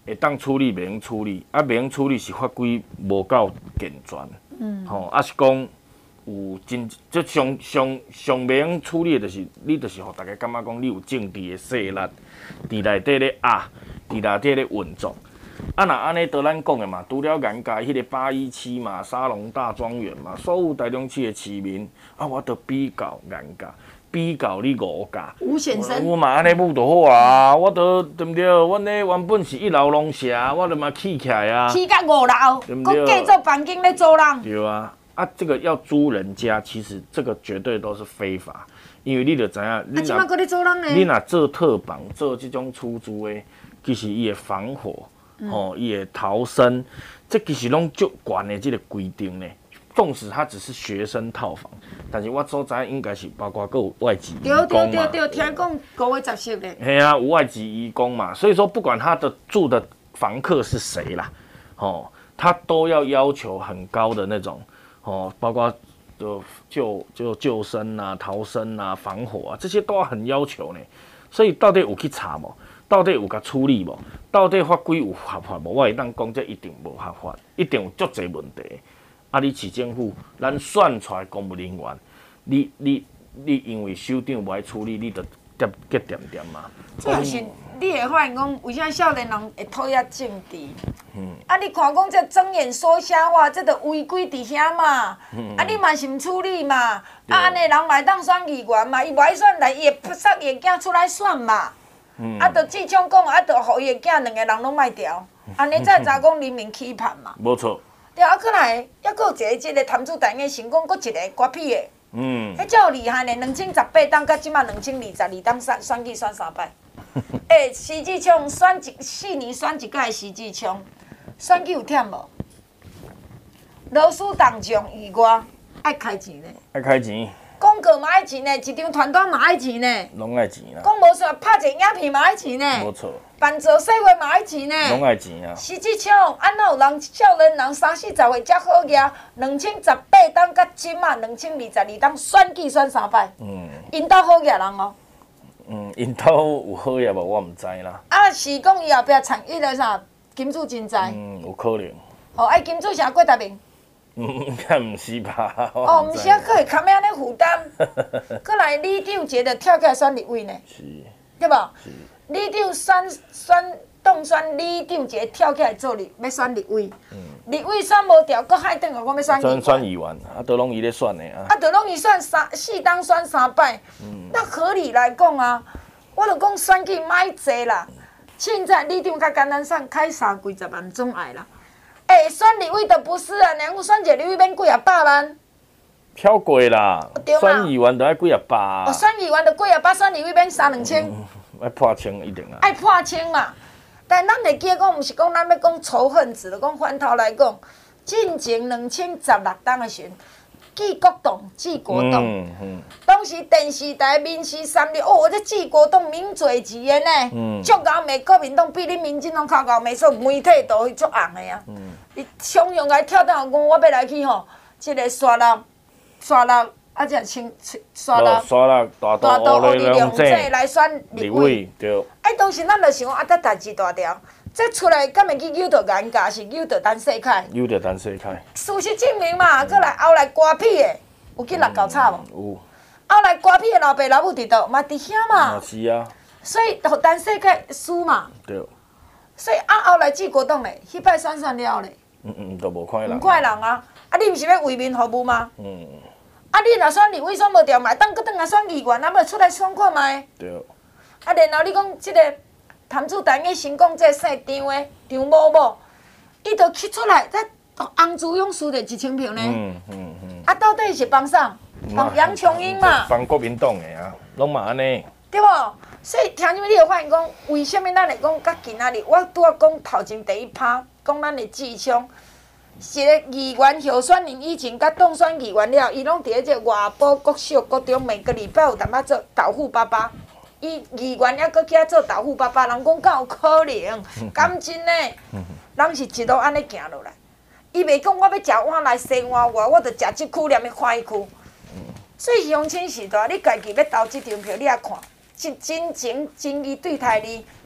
会当处理，袂用处理，啊，袂用处理是法规无够健全，嗯，吼、喔，啊是讲有真，即上上上袂用处理的，就是你就是互大家感觉讲你有政治的势力，伫内底咧压，伫内底咧运作。啊，若安尼，倒咱讲的嘛，除了眼界迄个八一七嘛、沙龙大庄园嘛，所有台中市的市民，啊，我都比较眼界，比较你五价。 吴先生， 我嘛安尼舞就好啊，我都对不对？阮咧原本是一楼龙舍，我就嘛起起来啊。 起到五楼，佮继做房间咧租人。 对啊，啊，这个要租人家，其实这个绝对都是非法，因为你就知影， 啊，即摆佮咧租人呢？ 你若做特房，做这种出租的，其实伊会防火。哦，伊会逃生，这其实拢足悬的这个规定呢。纵使它只是学生套房，但是我所知应该是包括还有外籍移工嘛。 对对对对，听讲五月十息咧。 嘿啊，有外籍移工嘛，所以说不管他的住的房客是谁啦，哦，他都要要求很高的那种哦，包括就救就救生啊、逃生啊、防火啊，这些都要很要求呢。所以到底有去查无？到底有甲处理无？到底法规有合法无？我会当讲，这一定无合法，一定有足侪问题。啊，你市政府，咱选出来公务人员，你你你因为首长无爱处理，你就点结点点嘛。 这也是你会发现讲，为啥少年人会讨厌政治？嗯。啊，你看讲这睁眼说瞎话，这都违规伫遐嘛。嗯。啊，你嘛是毋处理嘛？啊，安尼人嘛会当选议员嘛？伊无爱选，来伊会塞伊囝出来选嘛？嗯、啊，着志昌讲，啊，着互伊的囝两个人拢卖掉，安尼才会知讲人民期盼嘛。 无错。 对啊，过来，还佫有一个即个潭子台的成功，佫一个刮屁的。嗯。迄才有厉害呢，两千十八当到即马两千二十二当选选举选三摆。诶、欸，徐志昌选一四年选一届徐志昌，选举有忝无？劳斯党奖以外，爱开钱呢。 爱开钱。 广告嘛爱钱呢，一张传单嘛爱钱呢， 拢爱钱啦。 讲无煞拍一个影片嘛爱钱呢， 无错。 办做细话嘛爱钱呢， 拢爱钱啊。 徐志昌，安怎有人少年人三四十岁才好业？两千十八当到即马两千二十二当选举选三摆，嗯，因兜好业人哦。 嗯，因兜有好业无？我毋知啦。 啊，是讲伊后壁参与了啥金主竞赛？ 嗯，有可能。 哦，爱金主啥郭台铭？ 嗯，应该毋是吧？ 哦，毋是啊，佫会堪要安尼负担。佫来李长杰就跳起来选立委呢， 是， 对无？是。李长选选当选李长杰跳起来做立，要选立委。嗯。立委选无掉，佫海转来，我要选议员。 选议员，啊，都拢伊咧选的啊。 啊，都拢伊选三四当选三摆，嗯、那合理来讲啊，我就讲选举卖济啦。现在李长较简单选，开三几十万总爱啦。哎、欸，选立委就不是啊，两选一个立委免几啊百万。 超过啦，选议员就爱几啊百。 哦，选议员就几啊百，选立委免三两千。 爱、嗯、破千一定啊。 爱破千嘛，但咱会记得讲，毋是讲咱要讲仇恨值，就讲反头来讲，进前两千十六当的时，记国栋、记国栋，嗯嗯、当时电视台民视三立，哦，这记国栋名嘴之言呢，足高美国民党比你民进党较高美，所以媒体都会足红的啊。伊汹涌来跳档讲，我要来去吼，即个刷六、刷六，啊，即清刷六、 刷六大大道黑力量这来选立委， 对。 哎，当时咱就想啊，得代志大条。这出来敢会去诱到眼界，是诱到陈世凯？ 诱到陈世凯。 事实证明嘛，过来后来刮屁的，有去六九叉无？ 有。 后来刮屁的老爸老母伫倒，嘛伫遐嘛。 是啊。 所以，互陈世凯输嘛。 对。 所以啊，后来治国栋咧，迄摆选选了咧。 嗯嗯，都无看人。 唔看人啊！啊，你毋是要为民服务吗？嗯。啊，你若选立委选无掉，嘛当搁转来选议员，啊，要出来选看卖。 对。 啊，然后你讲即个。潭子台嘅成功，即个姓张的张某某，伊就去出来，在洪志勇输着一千票呢。嗯嗯嗯。啊，到底是帮啥？帮杨琼英嘛。 帮国民党的啊，拢嘛安尼。 对无？所以听什么你会发现讲，为什么咱会讲甲今仔日？我拄仔讲头前第一趴，讲咱的志昌，是个议员候选人以前甲当选议员了，伊拢伫咧这外埔国小国中，每个礼拜有淡仔做豆腐爸爸。伊议员还搁起来做豆腐爸爸，人讲敢有可能？敢真呢？人是一路安尼行落来，伊袂讲我要食碗内西碗外，我着食即区念迄看迄区。所以乡亲时代，你家己要投即张票，你也看，真真情真意对待你，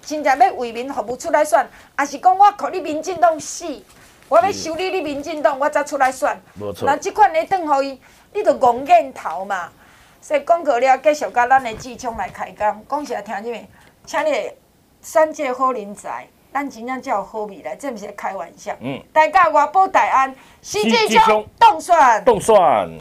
真正要为民服务出来选，还是讲我靠你民进党死，我要修理你民进党，我才出来选。 无错。 那即款的转互伊，你着戆眼头嘛。所以讲过了，继续甲咱的志聪来开讲。讲实听入面，请你选这好人才，咱真正才有好未来，这毋是开玩笑。嗯。大家外保大安，徐志聪当选。 当选。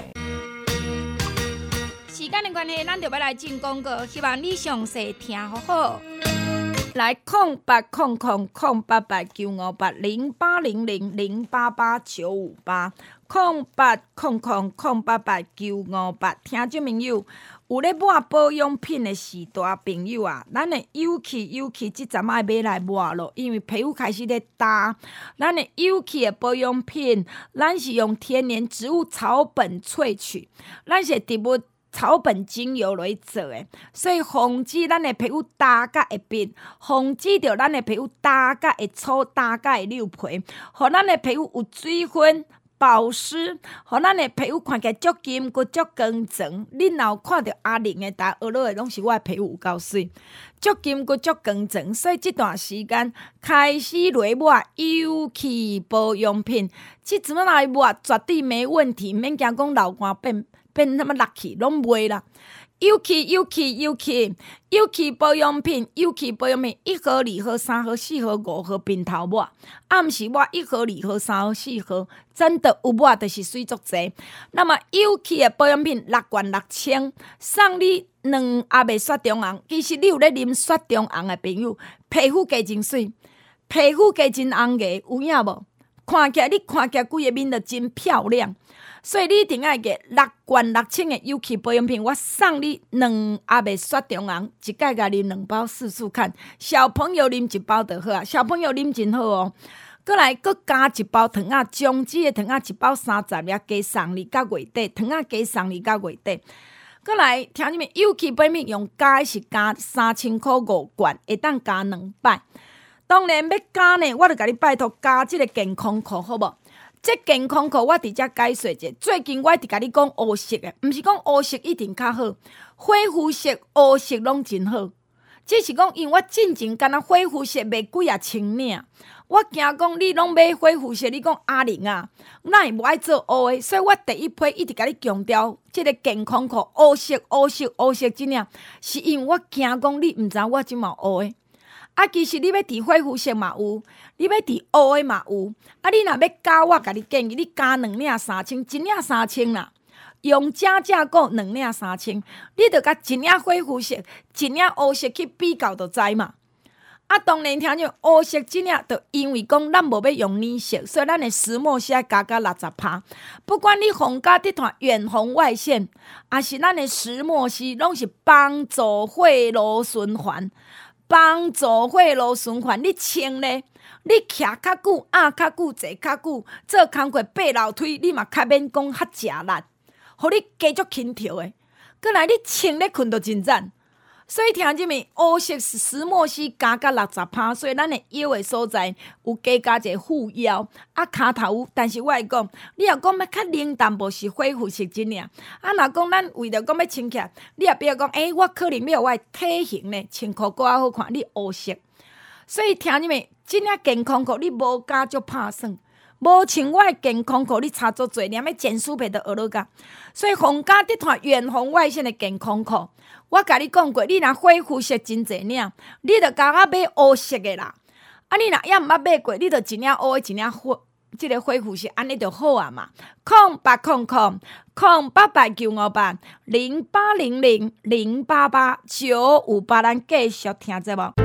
时间的关系，咱就要来进广告，希望你详细听好好。来，空八空空空八八九五八零八零零零八八九五八，空八空空空八八九五八。听众朋友，有咧买保养品的时代朋友啊，咱的有气有气，即阵爱买来买咯，因为皮肤开始咧焦。咱的有气的保养品，咱是用天然植物草本萃取，咱是植物草本精油来做的，所以防止咱的皮肤焦甲会变，防止着咱的皮肤焦甲会粗、焦甲会溜皮，互咱的皮肤有水分、保湿，互咱的皮肤看起来足金、佮足光泽。你若有看到阿玲的大学落的，拢是我的皮肤有够水，足金佮足光泽。所以这段时间开始来买有气保养品，即阵来买绝对没问题，免惊讲流汗变。变他妈垃圾，拢袂啦！有气有气有气有气保养品，有气保养品一盒、二盒、三盒、四盒、五盒并头买，暗时买一盒、二盒、三盒、四盒，真的有买就是水足济。那么有气的保养品六罐六千，送你两盒的雪中红。其实你有咧啉雪中红的朋友，皮肤加真水，皮肤加真红个，有影无？看起来你看起来规个面就真漂亮。所以你一定要个六罐六千的有气保养品，我送你两盒的雪中红，一盖甲啉两包试试看。小朋友啉一包就好啊，小朋友啉真好哦。过来，搁加一包糖仔，姜子的糖仔一包三十粒，加送你到月底，糖仔加送你到月底。过来，听你们有气保养品用加是加三千块五罐，会当加两摆。当然要加呢，我就甲你拜托加即个健康裤，好无？这健康裤我直接解说者，最近我一直甲你讲黑色的，毋是讲黑色一定较好，火肤色、黑色拢真好。只是讲，因为我进前敢若火肤色卖几啊千领，我惊讲你拢买火肤色，你讲阿玲啊，哪会无爱做黑的？所以我第一批一直甲你强调，这个健康裤黑色、黑色、黑色这领，是因为我惊讲你毋知我即毛黑的。啊，其实你要伫火肤色嘛有，你要伫黑的嘛有。啊，你若要加，我甲你建议，你加两领三千，一领三千啦。用正正购两领三千，你着甲一领火肤色，一领黑色去比较就知嘛。啊，当然听着黑色即领，就因为讲咱无要用染色，所以咱的石墨烯加到六十趴。不管你防甲这团远红外线，还是咱的石墨烯，拢是帮助血路循环。帮助血路循环，你穿咧，你徛较久，压较久，坐较久，做工课爬楼梯，你嘛较免讲较食力，互你加足轻佻的。过来你穿咧困就真赞。所以听入面，黑色石墨烯加到六十趴，所以咱的腰的所在有加加一个护腰，啊骹头有。但是我会讲，你若讲要较冷淡薄是火肤色真领，啊若讲咱为着讲要穿起来，你也不要讲，诶、欸，我可能要我的体型呢，穿裤搁较好看，你黑色。所以听入面，真领健康裤你无加就拍算。无穿我的健康裤，你差足侪，连要剪书皮都学落甲。所以防假这团远红外线的健康裤，我甲你讲过，你若火肤色真侪领，你着甲我买黑色的啦。啊，你若也毋捌买过，你着一领黑的，一领火，即、这个火肤色，安尼就好啊嘛。空八空空空八八九五八零八零零零八八九五八，咱继续听节目。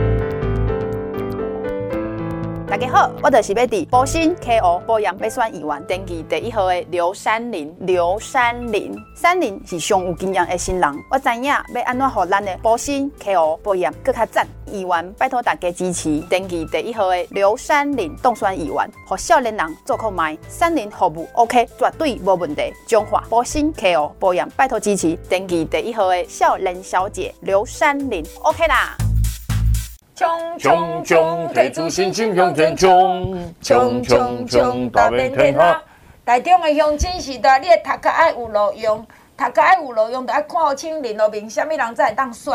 大家好，我就是要伫保新 K O 保养要选议员登记第一号的刘山林。刘山林，山林是上有经验的新人。我知影要安怎互咱的保新 K O 保养更较赞。议员拜托大家支持登记第一号的刘山林当选议员，互少年人做购买。山林服务 OK， 绝对无问题。中华保新 K O 保养拜托支持登记第一号的少年小姐刘山林 OK 啦。 冲冲冲，提出新心向前冲！冲冲冲，打遍天下。 台中的乡亲时代，你的头壳爱有路用，头壳爱有路用，就爱看清林路面，啥物人才会当选。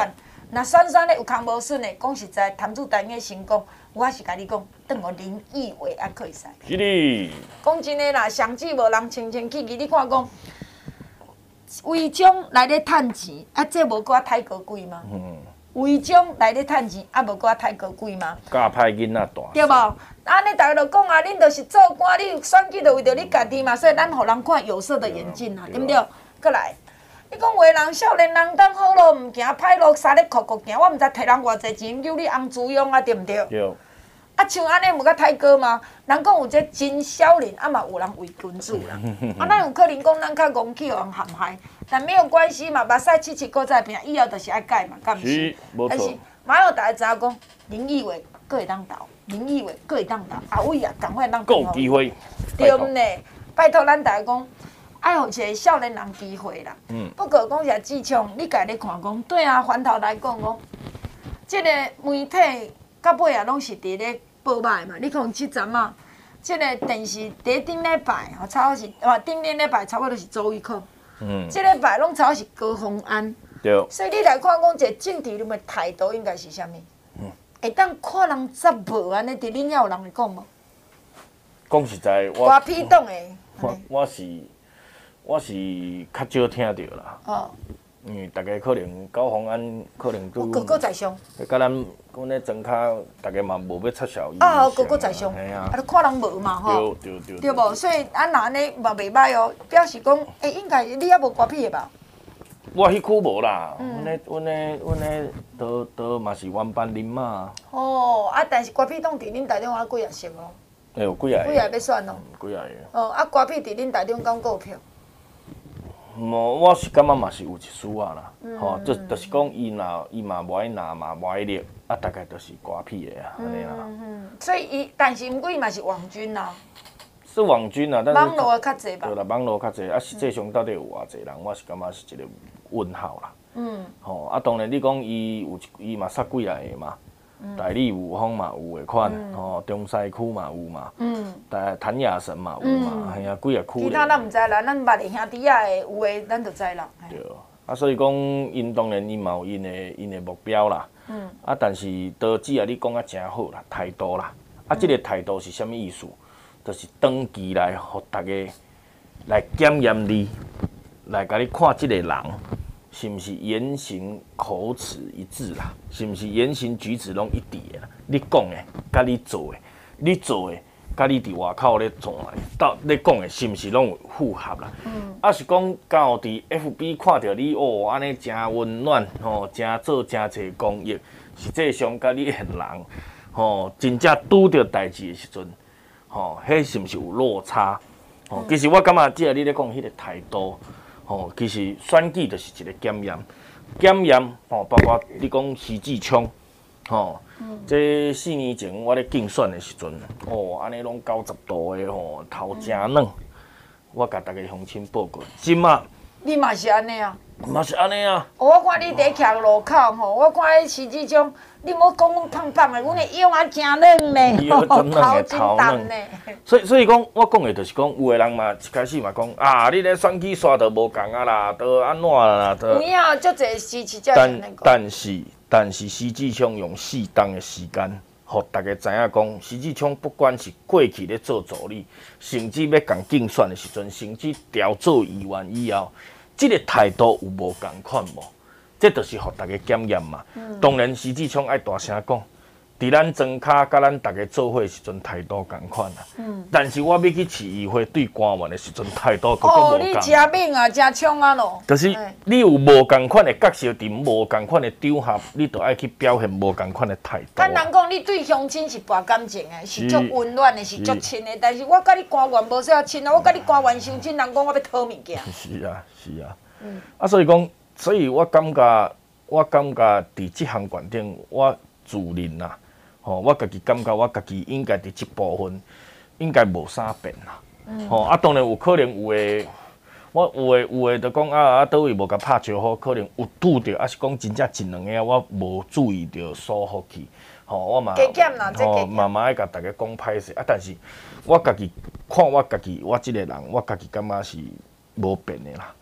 那选选咧有空无顺的，讲实在，谈主单嘅成功，我是甲你讲，等我林义伟还可以使。 是哩。 讲真诶啦，上至无人清清气气，你看讲，为奖来咧趁钱，啊，这无搁太高贵吗？嗯。为奖来咧趁钱，啊，无搁太高贵吗？ 教歹囡仔大。 对无？安尼大家就讲啊，恁就是做官，你选举就为着你家己嘛，所以咱互人看有色的眼镜啊，对不对？过来，你讲话人少年人当好路毋行，歹路三咧哭哭行，我毋知摕人偌济钱救你翁子用啊，对毋对？ 对。 啊，像安尼无甲太高吗？人讲有这真少年，啊嘛有人为君子啦。啊，咱有可能讲咱较戆去互人陷害，但没有关系嘛，目屎七七搁再平，以后就是爱改嘛，敢毋是？ 是，无错。 但是马上大家知影讲，林义伟搁会当斗，林义伟搁会当斗，阿伟啊，赶快当。 够有机会。 对毋呢？拜托咱大家讲，爱互一个少年人机会啦。嗯。不过讲是志强，你家咧看讲，对啊，翻头来讲讲，即个媒体到尾啊，拢是伫咧报歹嘛。你看即阵啊，即个电视第顶礼拜吼，差不多是哦，顶顶礼拜差不多是周玉蔻。嗯。即礼拜拢差不多是高虹安。对。所以你来看讲，一个政治人的态度应该是啥物？嗯。会当看人则无安尼，伫恁遐有人会讲无？ 讲实在，我歌批党的。 我我是我是较少听到啦。哦。因为大家可能高虹安可能都。 个个在上。 甲咱阮咧庄脚，大家嘛无要撤销伊。 啊，个个在上。 系啊。 啊，看人无嘛吼。 对对对。 对无？所以咱若安尼嘛袂歹哦，表示讲，诶，应该你还无歌批的吧？ 我迄区无啦，阮咧阮咧阮咧都都嘛是原班人马。 哦，啊，但是歌批党伫恁台中啊几啊席哦？ 哎有几啊个？ 几啊要选哦？ 几啊个？哦，啊，歌批伫恁台中敢够票？ 无，我是感觉嘛是有一丝啊啦，吼，就就是讲伊若伊嘛无爱拿嘛无爱立，啊，大概都是歌批的啊，安尼啦。 嗯，所以伊，但是毋过伊嘛是网军啦。 是网军啊，但是网络较济吧。 对啦，网络较济，啊，实际上到底有偌济人，我是感觉是一个问号啦。嗯。吼，啊，当然你讲伊有伊嘛杀几啊个嘛，大理有方嘛有个款，吼，中西区嘛有嘛，嗯，但谭雅神嘛有嘛，系啊，几啊区。 其他咱毋知啦，咱捌的兄弟仔的有诶，咱就知啦。 对，啊，所以讲因当然因嘛有因的因的目标啦。嗯。啊，但是都只啊，你讲啊真好啦，态度啦，啊，即个态度是啥物意思？就是长期来，互大家来检验你，来甲你看即个人是毋是言行口齿一致啦，是毋是言行举止拢一致的啦？你讲的，甲你做的，你做的，甲你伫外口咧做的，到你讲的是毋是拢有符合啦？嗯。啊是讲到伫 F B 看到你哦，安尼真温暖，吼，真做真侪公益，实际上甲你的人，吼，真正拄着代志的时阵。吼，迄是毋是有落差？吼，其实我感觉，只要你咧讲迄个态度，吼，其实选举就是一个检验，检验吼，包括你讲徐志昌，吼，这四年前我咧竞选的时阵，哦，安尼拢九十度的吼，头真软，我甲大家乡亲报告，即马你嘛是安尼啊？ 嘛是安尼啊！ 我看你伫徛路口吼，我看迄徐志昌。你莫讲阮胖胖的，阮的腰啊真软呢，头真重呢。 所以所以讲，我讲的就是讲，有的人嘛一开始嘛讲啊，你咧选举刷都无共啊啦，都安怎啦，都。 有影足侪支持者但但是但是，徐志昌用适当的时间，互大家知影讲，徐志昌不管是过去咧做助理，甚至要共竞选的时阵，甚至调做议员以后，即、这个态度有无共款无？这就是互大家检验嘛。嗯、当然，徐志昌爱大声讲，伫咱庄脚甲咱大家做伙时阵态度共款啦。嗯、但是我要去市议会对官员的时阵态度佫无共。哦， 你真猛啊，真冲啊咯！ 就是你有无共款的角色，伫无共款的场合，你都爱去表现无共款的态度。 咱人讲，你对乡亲是博感情的，是足温暖的，是足亲的。但是我甲你官员无啥亲啊，我甲你官员相亲，人讲我要讨物件。 是啊，是啊。嗯、啊，所以讲。所以我感觉，我感觉伫即项决定，我自认啦，吼，我家己感觉，我家己应该伫即部分应该无啥变啦，吼、嗯。啊，当然有可能有诶，我有诶有诶，就讲啊啊，倒位无甲拍招呼，可能有拄着，啊是讲真正一两个我无注意着疏忽去，吼，我嘛，吼，慢慢爱甲大家讲歹势，啊，但是我家己看我家己，我即个人，我家己感觉是无变诶啦。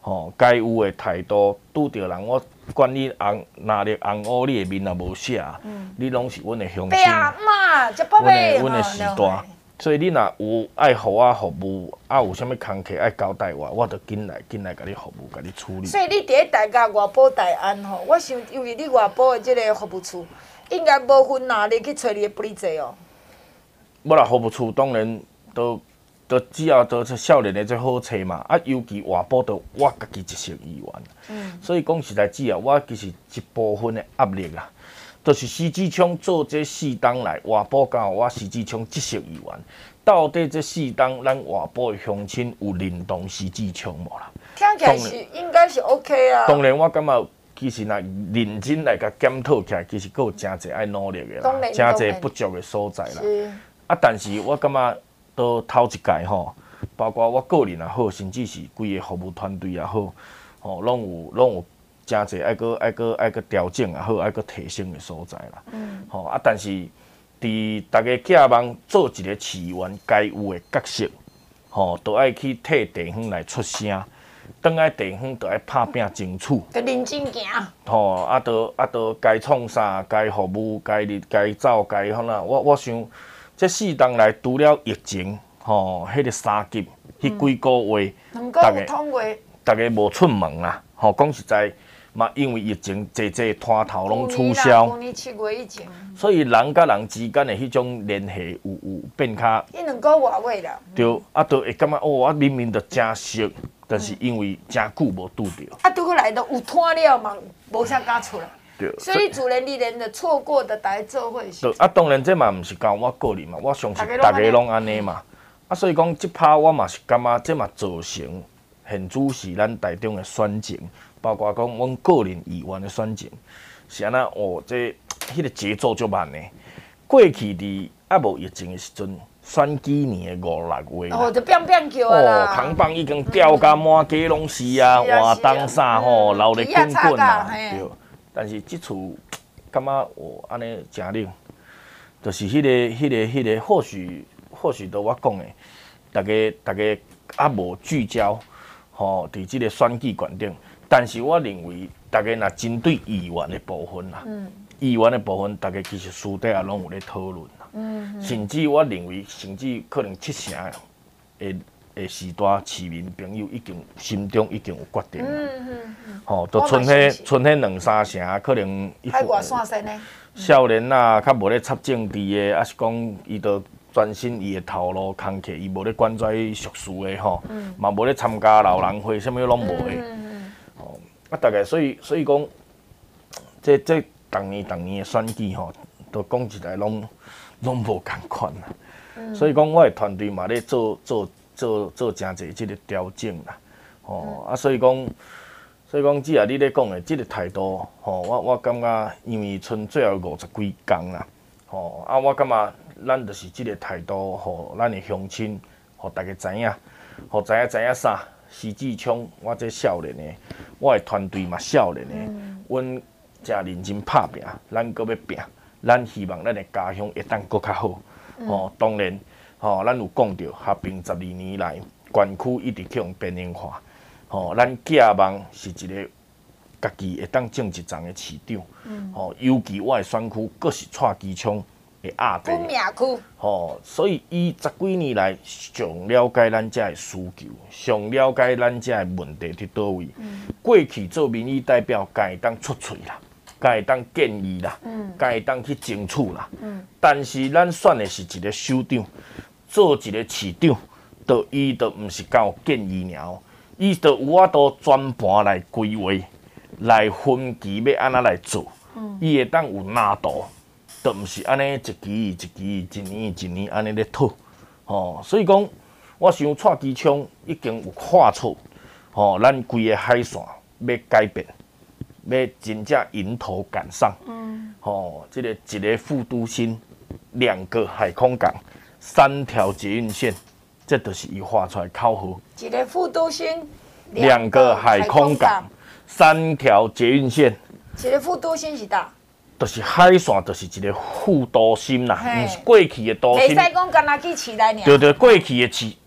吼，该有的态度，拄着人我管你红哪里红乌，你的面也无写，嗯、你拢是阮的乡亲， 嘛，这宝贝， 阮的时代。所以你若有爱互我服务，啊有啥物工课爱交代我，我就紧来紧来甲你服务，甲你处理。 所以你伫咧大家外埔大安吼，我想因为你外埔的即个服务处，应该无分哪里去找你的不理解哦。 我啦服务处当然都都只要都是少年的最好找嘛，啊尤其外埔都我家己一席议员，嗯，所以讲实在只啊，我其实一部分的压力啦。就是徐志昌做这四档来，外埔刚好我徐志昌这席议员，到底这四档咱外埔的乡亲有认同徐志昌无啦？ 听起来是应该是 OK 啊。 当然，我感觉其实若认真来甲检讨起来，其实佫有真侪爱努力的啦，真侪不足的所在啦。啊，但是我感觉到头一届吼，包括我个人也好，甚至是规个服务团队也好，吼，拢有拢有。真侪爱个爱个爱个调整也好，爱个提升的所在啦。嗯。吼啊，但是伫大家寄望做一个市议员该有的角色，吼，都爱去替地方来出声，当爱地方都爱拍拼争取。 个认真行。 吼啊，都啊都该创啥，该服务，该日该走，该吼啦。我我想，这四档来除了疫情，吼，迄个三级，迄几个月， 大家大家无出门啦。吼，讲实在。嘛，因为疫情，侪侪摊头拢取消， 去年七月以前， 所以人甲人之间的迄种联系有有变较。 一两个月啦。 对，啊，都会感觉哦，我明明就真熟，但是因为真久无拄着。 啊，拄过来都有摊了嘛，无啥敢出来。 对。 所以主人、立人的错过的大家做伙是。 对，啊，当然这嘛毋是讲我个人嘛，我相信大家拢安尼嘛。啊，所以讲即拍我嘛是感觉这嘛造成现主是咱台中的选情。包括讲，阮个人议员的选情是安那哦，这迄个节奏足慢的。过去伫啊无疫情的时阵，选举年的五六月哦，就变变叫啦。 哦，扛棒已经吊甲满街拢是啊，活动啥吼，闹得滚滚啊，对。但是即次感觉哦，安尼真冷，就是迄个、迄个、迄个，或许或许都我讲的，大家大家啊无聚焦吼，伫即个选举观点。但是我认为，大家若针对议员的部分啦，嗯、议员的部分，大家其实私底下拢有咧讨论啦。嗯嗯、甚至我认为，甚至可能七成的的时代市民朋友已经心中已经有决定啦。嗯嗯嗯。吼，都剩迄剩迄两三成，可能海外线线呢？ 少年啊，较无咧插政治的，还是讲伊都专心伊的头路工课，伊无咧管跩俗事的吼，嘛无咧参加老人会，啥物拢无的。啊，大概所以所以讲，这这逐年逐年的选举吼，都讲起来拢拢无共款啦。嗯、所以讲，我的团队嘛咧做做做做真侪即个调整啦。哦，嗯、啊，所以讲，所以讲，只要你咧讲的即个态度，吼，我我感觉，因为剩最后五十几工啦，吼，啊，我感觉咱就是即个态度，互咱的乡亲，互大家知影，互知影知影啥。徐志昌，我这少年的，我的团队嘛少年的，阮真认真拍拼，咱搁要拼，咱希望咱的家乡会当搁较好。嗯、哦，当然，吼、哦，咱有讲到合并十二年来，县区一直去用变形化。吼、哦，咱寄望是一个家己会当种一丛的市长。嗯、哦，尤其我的选区，搁是蔡基昌。压地，吼，所以伊十几年来上了解咱遮的需求，上了解咱遮的问题伫倒位。嗯、过去做民意代表，敢会当出喙啦，敢会当建议啦，敢会当去争取啦。嗯、但是咱选的是一个首长，做一个市长，就伊就毋是敢有建议尔，伊就有法度全盘来规划，来分期要安怎来做，伊会当有难度。都毋是安尼一期一期、一年一年安尼咧讨，吼、哦，所以讲，我想蔡基昌已经有看出，吼、哦，咱规个海线要改变，要真正迎头赶上，嗯，吼、哦，这个一个副都心，两个海空港，三条捷运线，这就是伊画出来口号。 一个副都心， 两个海空港，三条捷运线。 一个副都心是哪？ 就是海线，就是一个副都心啦，毋是过去的都心。 袂使讲干那去市内尔。 对对，过去的市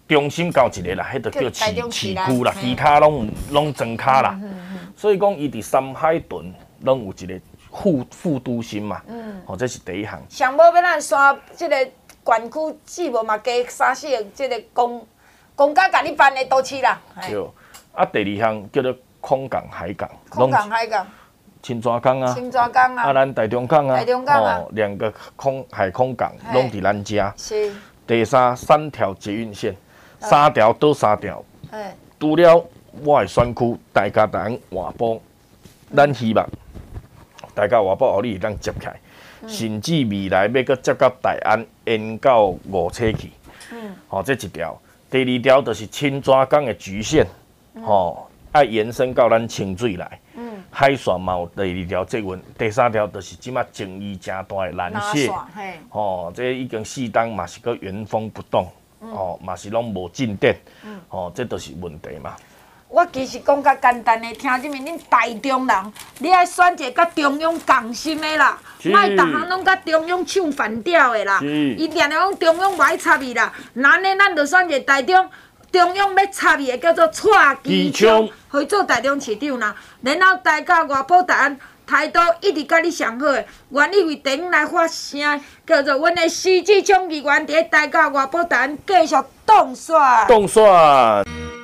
中心交一个啦，迄就叫台中市市啦区啦， 嘿其他拢拢庄卡啦。所以讲，伊伫山海屯拢有一个副副都心嘛，吼、这是第一项。 上无要咱山即个县区四无嘛加三四个即个公公家甲你办的都市啦。嘿对，啊，第二项叫做空港、海港， 空港、海港、 青抓港啊， 新庄港啊， 啊， 咱台中港啊， 台中港啊哦，两个空海空港嘿拢伫咱家。 是， 第三，三条捷运线，三条倒三条。 哎， 除了我的选区大家人换埔，咱希望大家换埔后里当接起来，甚至未来要搁接到大安，延到五车去。嗯，吼、这一条。第二条就是青抓港的局线，吼、爱延伸到咱清水来。嗯，海线嘛有第二条捷运，第三条就是即马争议真大的蓝线。 嘿， 吼、这已经四档嘛是搁原封不动，吼、嘛是拢无进展，吼、这都是问题嘛。 我其实讲较简单的，听即面恁台中人，你爱选一个甲中央共心的啦， 是莫逐项拢甲中央唱反调的啦。 是伊定定讲中央无爱插伊啦，咱呢咱就选一个台中，中央要插伊的叫做蔡基昌，去做台中市长啦。然后大家外埔大安态度一直甲你上好的，愿意为地方来发声，叫做阮的施志昌议员伫大家外埔大安继续当选。 动算。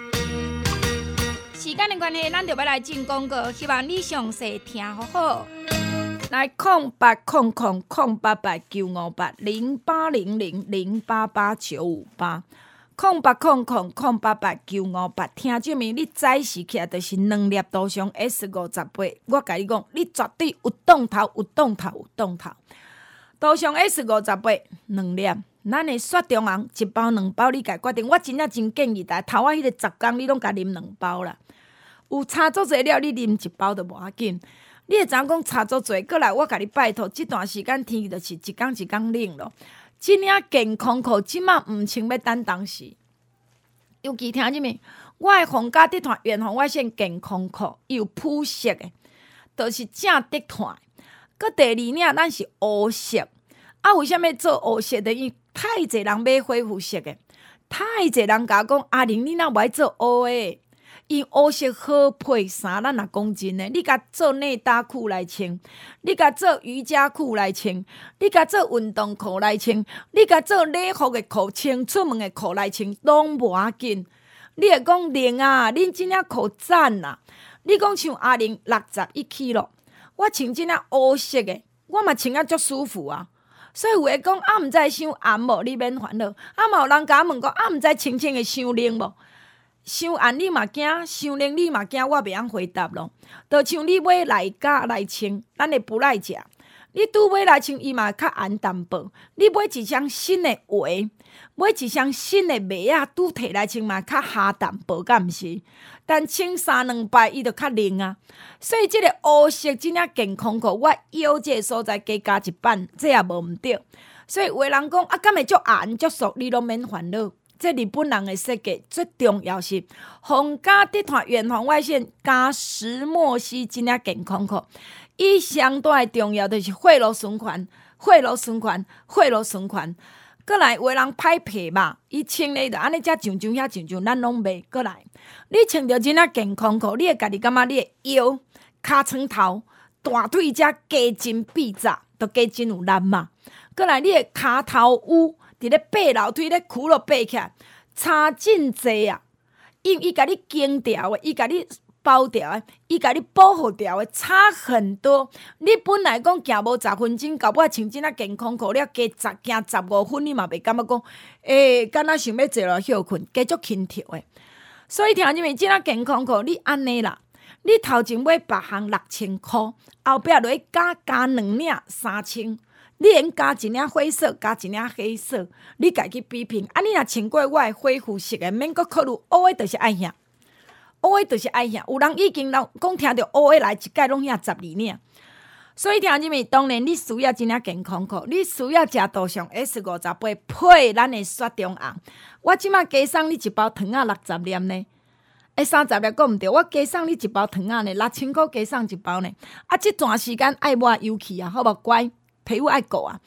时间的关系，咱就要来进广告，希望你详细听好好。来，空八空空空八八九五八零八零零零八八九五八，空八空空空八八九五八。听证明你早时起来就是两粒多上 S 五十八，我甲你讲，你绝对有动头，有动头，有动头。多上 S 五十八两粒。咱的雪中红一包两包，你家决定。我真正真建议大家头仔迄个十工，你拢甲啉两包啦。有差足侪了，你啉一包就无要紧。你会知影讲差足侪，过来我甲你拜托，即段时间天气就是一工一工冷咯。即领健康裤即马毋穿要等当时，尤其听入面，我的皇家地毯远红外线健康裤有铺色的，就是正地毯。佮第二领咱是乌色，啊，为虾米做乌色的？因为太侪人买恢复色的，太侪人甲我讲阿玲，你哪无爱做乌的？因乌色好配衫，咱若讲真诶，你甲做内搭裤来穿，你甲做瑜伽裤来穿，你甲做运动裤来穿，你甲做礼服诶裤穿，出门诶裤来穿，拢无要紧。你会讲玲啊，恁即领裤赞啊！你讲像阿玲六十一 K 咯，我穿即领乌色诶，我嘛穿啊足舒服啊。所以有诶讲啊，毋知伤暗无？你免烦恼。啊，嘛有人甲我问讲啊，毋知穿穿会伤冷无？伤暗你嘛惊，伤冷你嘛惊，我袂晓回答咯。就像你买内甲来穿，咱会不赖食。你拄买来穿，伊嘛较暗淡薄。你买一双新的鞋，买一双新的袜仔，拄摕来穿嘛较下淡薄，敢毋是？但穿三两摆，伊就较冷啊。所以即个乌色即领健康裤，我腰这个所在加加一版，这也无毋对。所以有个人讲啊，敢会足暗足俗，你拢免烦恼。这日本人的设计最重要是皇家地毯远红外线加石墨烯即领健康裤，伊相对重要就是血路循环、血路循环、血路循环。过来，有个人歹皮嘛，伊穿咧就安尼，遮上上遐上上，咱拢袂过来。你穿着即领健康裤，你会家己感觉你的腰、骹床头、大腿遮加真闭窄，都加真有力嘛。过来，你的骹头乌。伫咧爬楼梯咧苦落爬起来，差真济啊！因为伊甲你经调的，伊甲你包调的，伊甲你保护调的，差很多。你本来讲行无十分钟，到尾穿即领健康裤，你加十行十五分，你嘛袂感觉讲，诶、欸，敢若想要坐落休困，加足轻佻的。所以听入面即领健康裤，你安尼啦，你头前买别项六千箍，后壁落去加加两领三千。你连加一领灰色，加一领黑色，你家去比拼。啊，你若穿过我的恢复色的，免阁考虑乌的，就是爱遐，乌的就是爱遐。有人已经讲听到乌的来一届拢遐十二领，所以听入面当然你需要一领健康裤，你需要食多上 S 五十八配咱的雪中红。我即马加送你一包糖仔六十粒呢。诶，三十粒够毋对，我加送你一包糖仔呢，六千箍加送一包呢。啊，即段时间爱抹油气啊，好无乖。皮肤爱顾啊，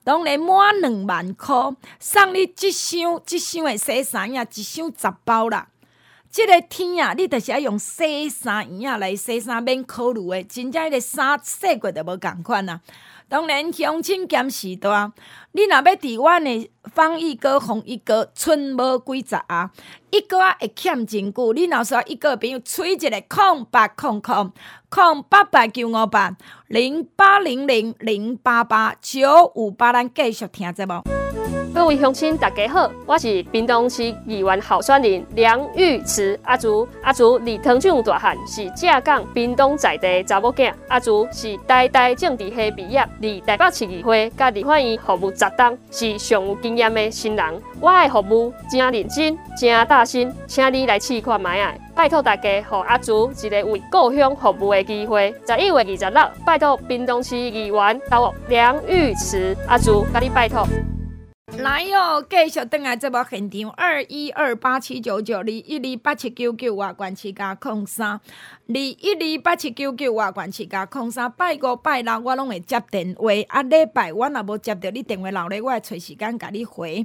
当然满两万块，送你一箱一箱的洗衫液，一箱十包啦。即个天啊，你就是要用洗衫液来洗衫，免考虑的，真正迄个衫洗过就无共款啊。当然，乡亲兼时代，你若要伫阮的防疫膏、防疫膏，剩无几十啊，一个啊会欠真久。你若说一个朋友催一个空八空空空八八九五八零八零零零八八九五八，咱继续听节目。 各位乡亲，大家好，我是屏东市议员候选人梁玉慈阿竹。阿竹离糖厂大汉，是正港屏东在地查某囝。阿竹是代代政治系毕业，离台北市议会甲立法院服务十档，是上有经验的新人。我的服务真认真，真大心，请你来试看卖啊！拜托大家，给阿竹一个为故乡服务的机会。十一月二十六，拜托屏东市议员投梁玉慈阿竹，甲你拜托。 来哟，继续回来节目现场，二一二八七九九二一二八七九九外关七加空三，二一二八七九九外关七加空三。拜五拜六我拢会接电话，啊礼拜我若无接到你电话留咧，我会找时间甲你回。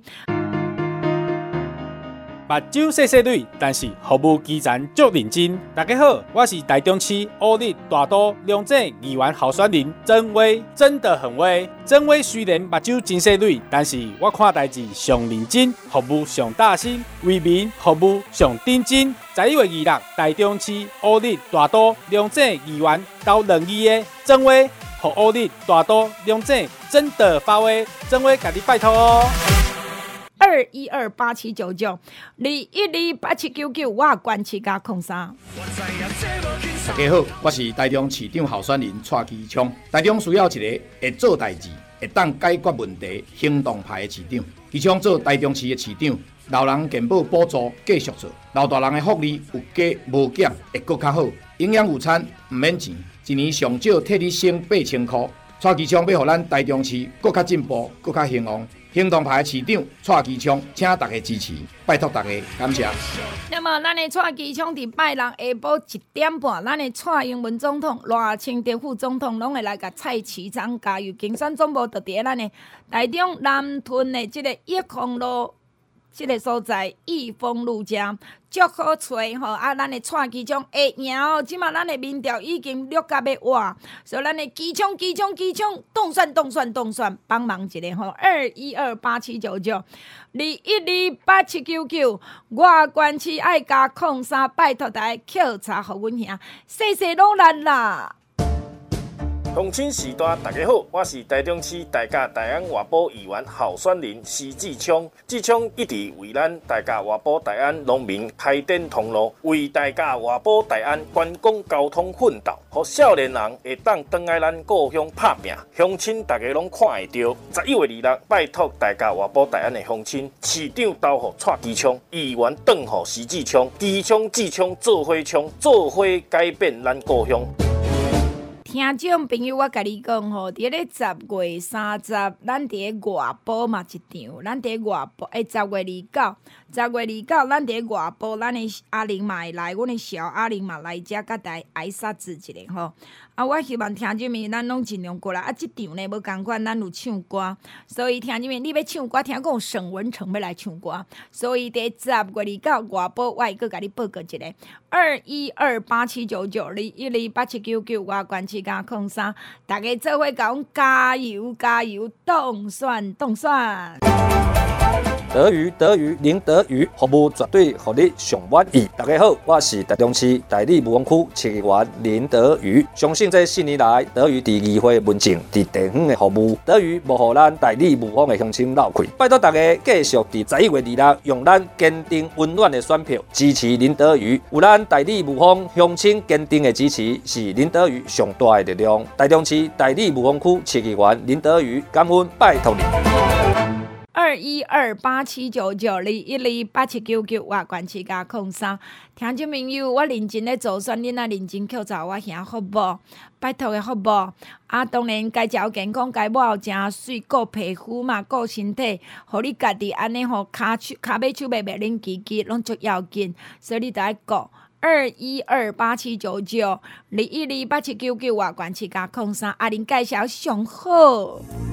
目睭细细蕊，但是服务基层足认真。大家好，我是台中市乌日大都两镇议员候选人曾威，真的很威。曾威虽然目睭真细蕊，但是我看代志上认真，服务上大心，为民服务上认真。十一月二六，台中市乌日大都两镇议员投两二的曾威，和乌日大都两镇真的发威，曾威，甲你拜托哦。 二一二八七九九二一二八七九九，我关七加空三。 大家好，我是台中市长候选人蔡其昌。台中需要一个会做代志、会当解决问题、行动派的市长。其昌做台中市的市长，老人健保补助继续做，老大人的福利有加无减，会更较好。营养午餐唔免钱，一年上少替你省八千块。蔡其昌要互咱台中市更较进步、更较兴旺。行动派市长蔡其昌，请大家支持，拜托大家，感谢。 那么，咱的蔡其昌伫拜六下晡一点半，咱的蔡英文总统、赖清德副总统拢会来甲蔡市长加油。竞选总部就伫咱的台中南屯的即个益丰路。即个所在益丰路遮足好找吼，啊，咱的蔡其昌会赢哦！即马咱的民调已经录甲要活，所以咱的其昌、其昌、其昌，动算、动算、动算，帮忙一下吼！二一二八七九九，二一二八七九九，外关市爱加空三，拜托大家扣查互阮兄，谢谢努力啦！ 乡亲时代，大家好，我是台中市大甲大安外埔议员候选人施志昌。志昌一直为咱大甲外埔大安农民开展通路，为大甲外埔大安观光交通奋斗，互少年人会当回来咱故乡拍拼。乡亲大家拢看会到，十一月二六，拜托大甲外埔大安的乡亲，市长投互蔡其昌，议员转互施志昌，其昌志昌做伙冲，做伙改变咱故乡。 听众朋友，我甲你讲吼，伫咧十月三十，咱伫咧外埔嘛一场，咱伫外埔诶，十月二九，十月二九，咱伫外埔，咱诶阿玲嘛会来，阮诶小阿玲嘛来遮，甲大家挨杀子一下吼。啊，我希望听众朋友咱拢尽量过来。啊，即场呢无共款，咱有唱歌，所以听众朋友你要唱歌，听讲沈文成要来唱歌，所以伫十月二九外埔，我会阁甲你报告一下，二一二八七九九二一二八七九九外关七加空三，大家做伙甲阮加油加油，动算动算。 德语德语零德语，服务绝对互你上满意。大家好，我是台中市大理武王区市议员林德宇。相信这四年来，德语伫议会文政、伫地方的服务，德语无互咱大理武王的乡亲漏气。拜托大家继续伫十一月二六，用咱坚定温暖的选票支持林德宇。有咱大理武王乡亲坚定的支持，是林德宇上大的力量。台中市大理武王区市议员林德宇，感恩拜托你。 二一二八七九九二一二八七九九外关七加空三，听众朋友，我认真咧做选，恁啊认真扣查我兄好无？拜托的好无？啊，当然该食健康，该抹真水，顾皮肤嘛，顾身体，互你家己安尼吼，骹手骹尾手袂袂冷叽叽，拢足要紧，所以你得爱顾。二一二八七九九二一二八七九九外关七加空三，阿玲介绍上好。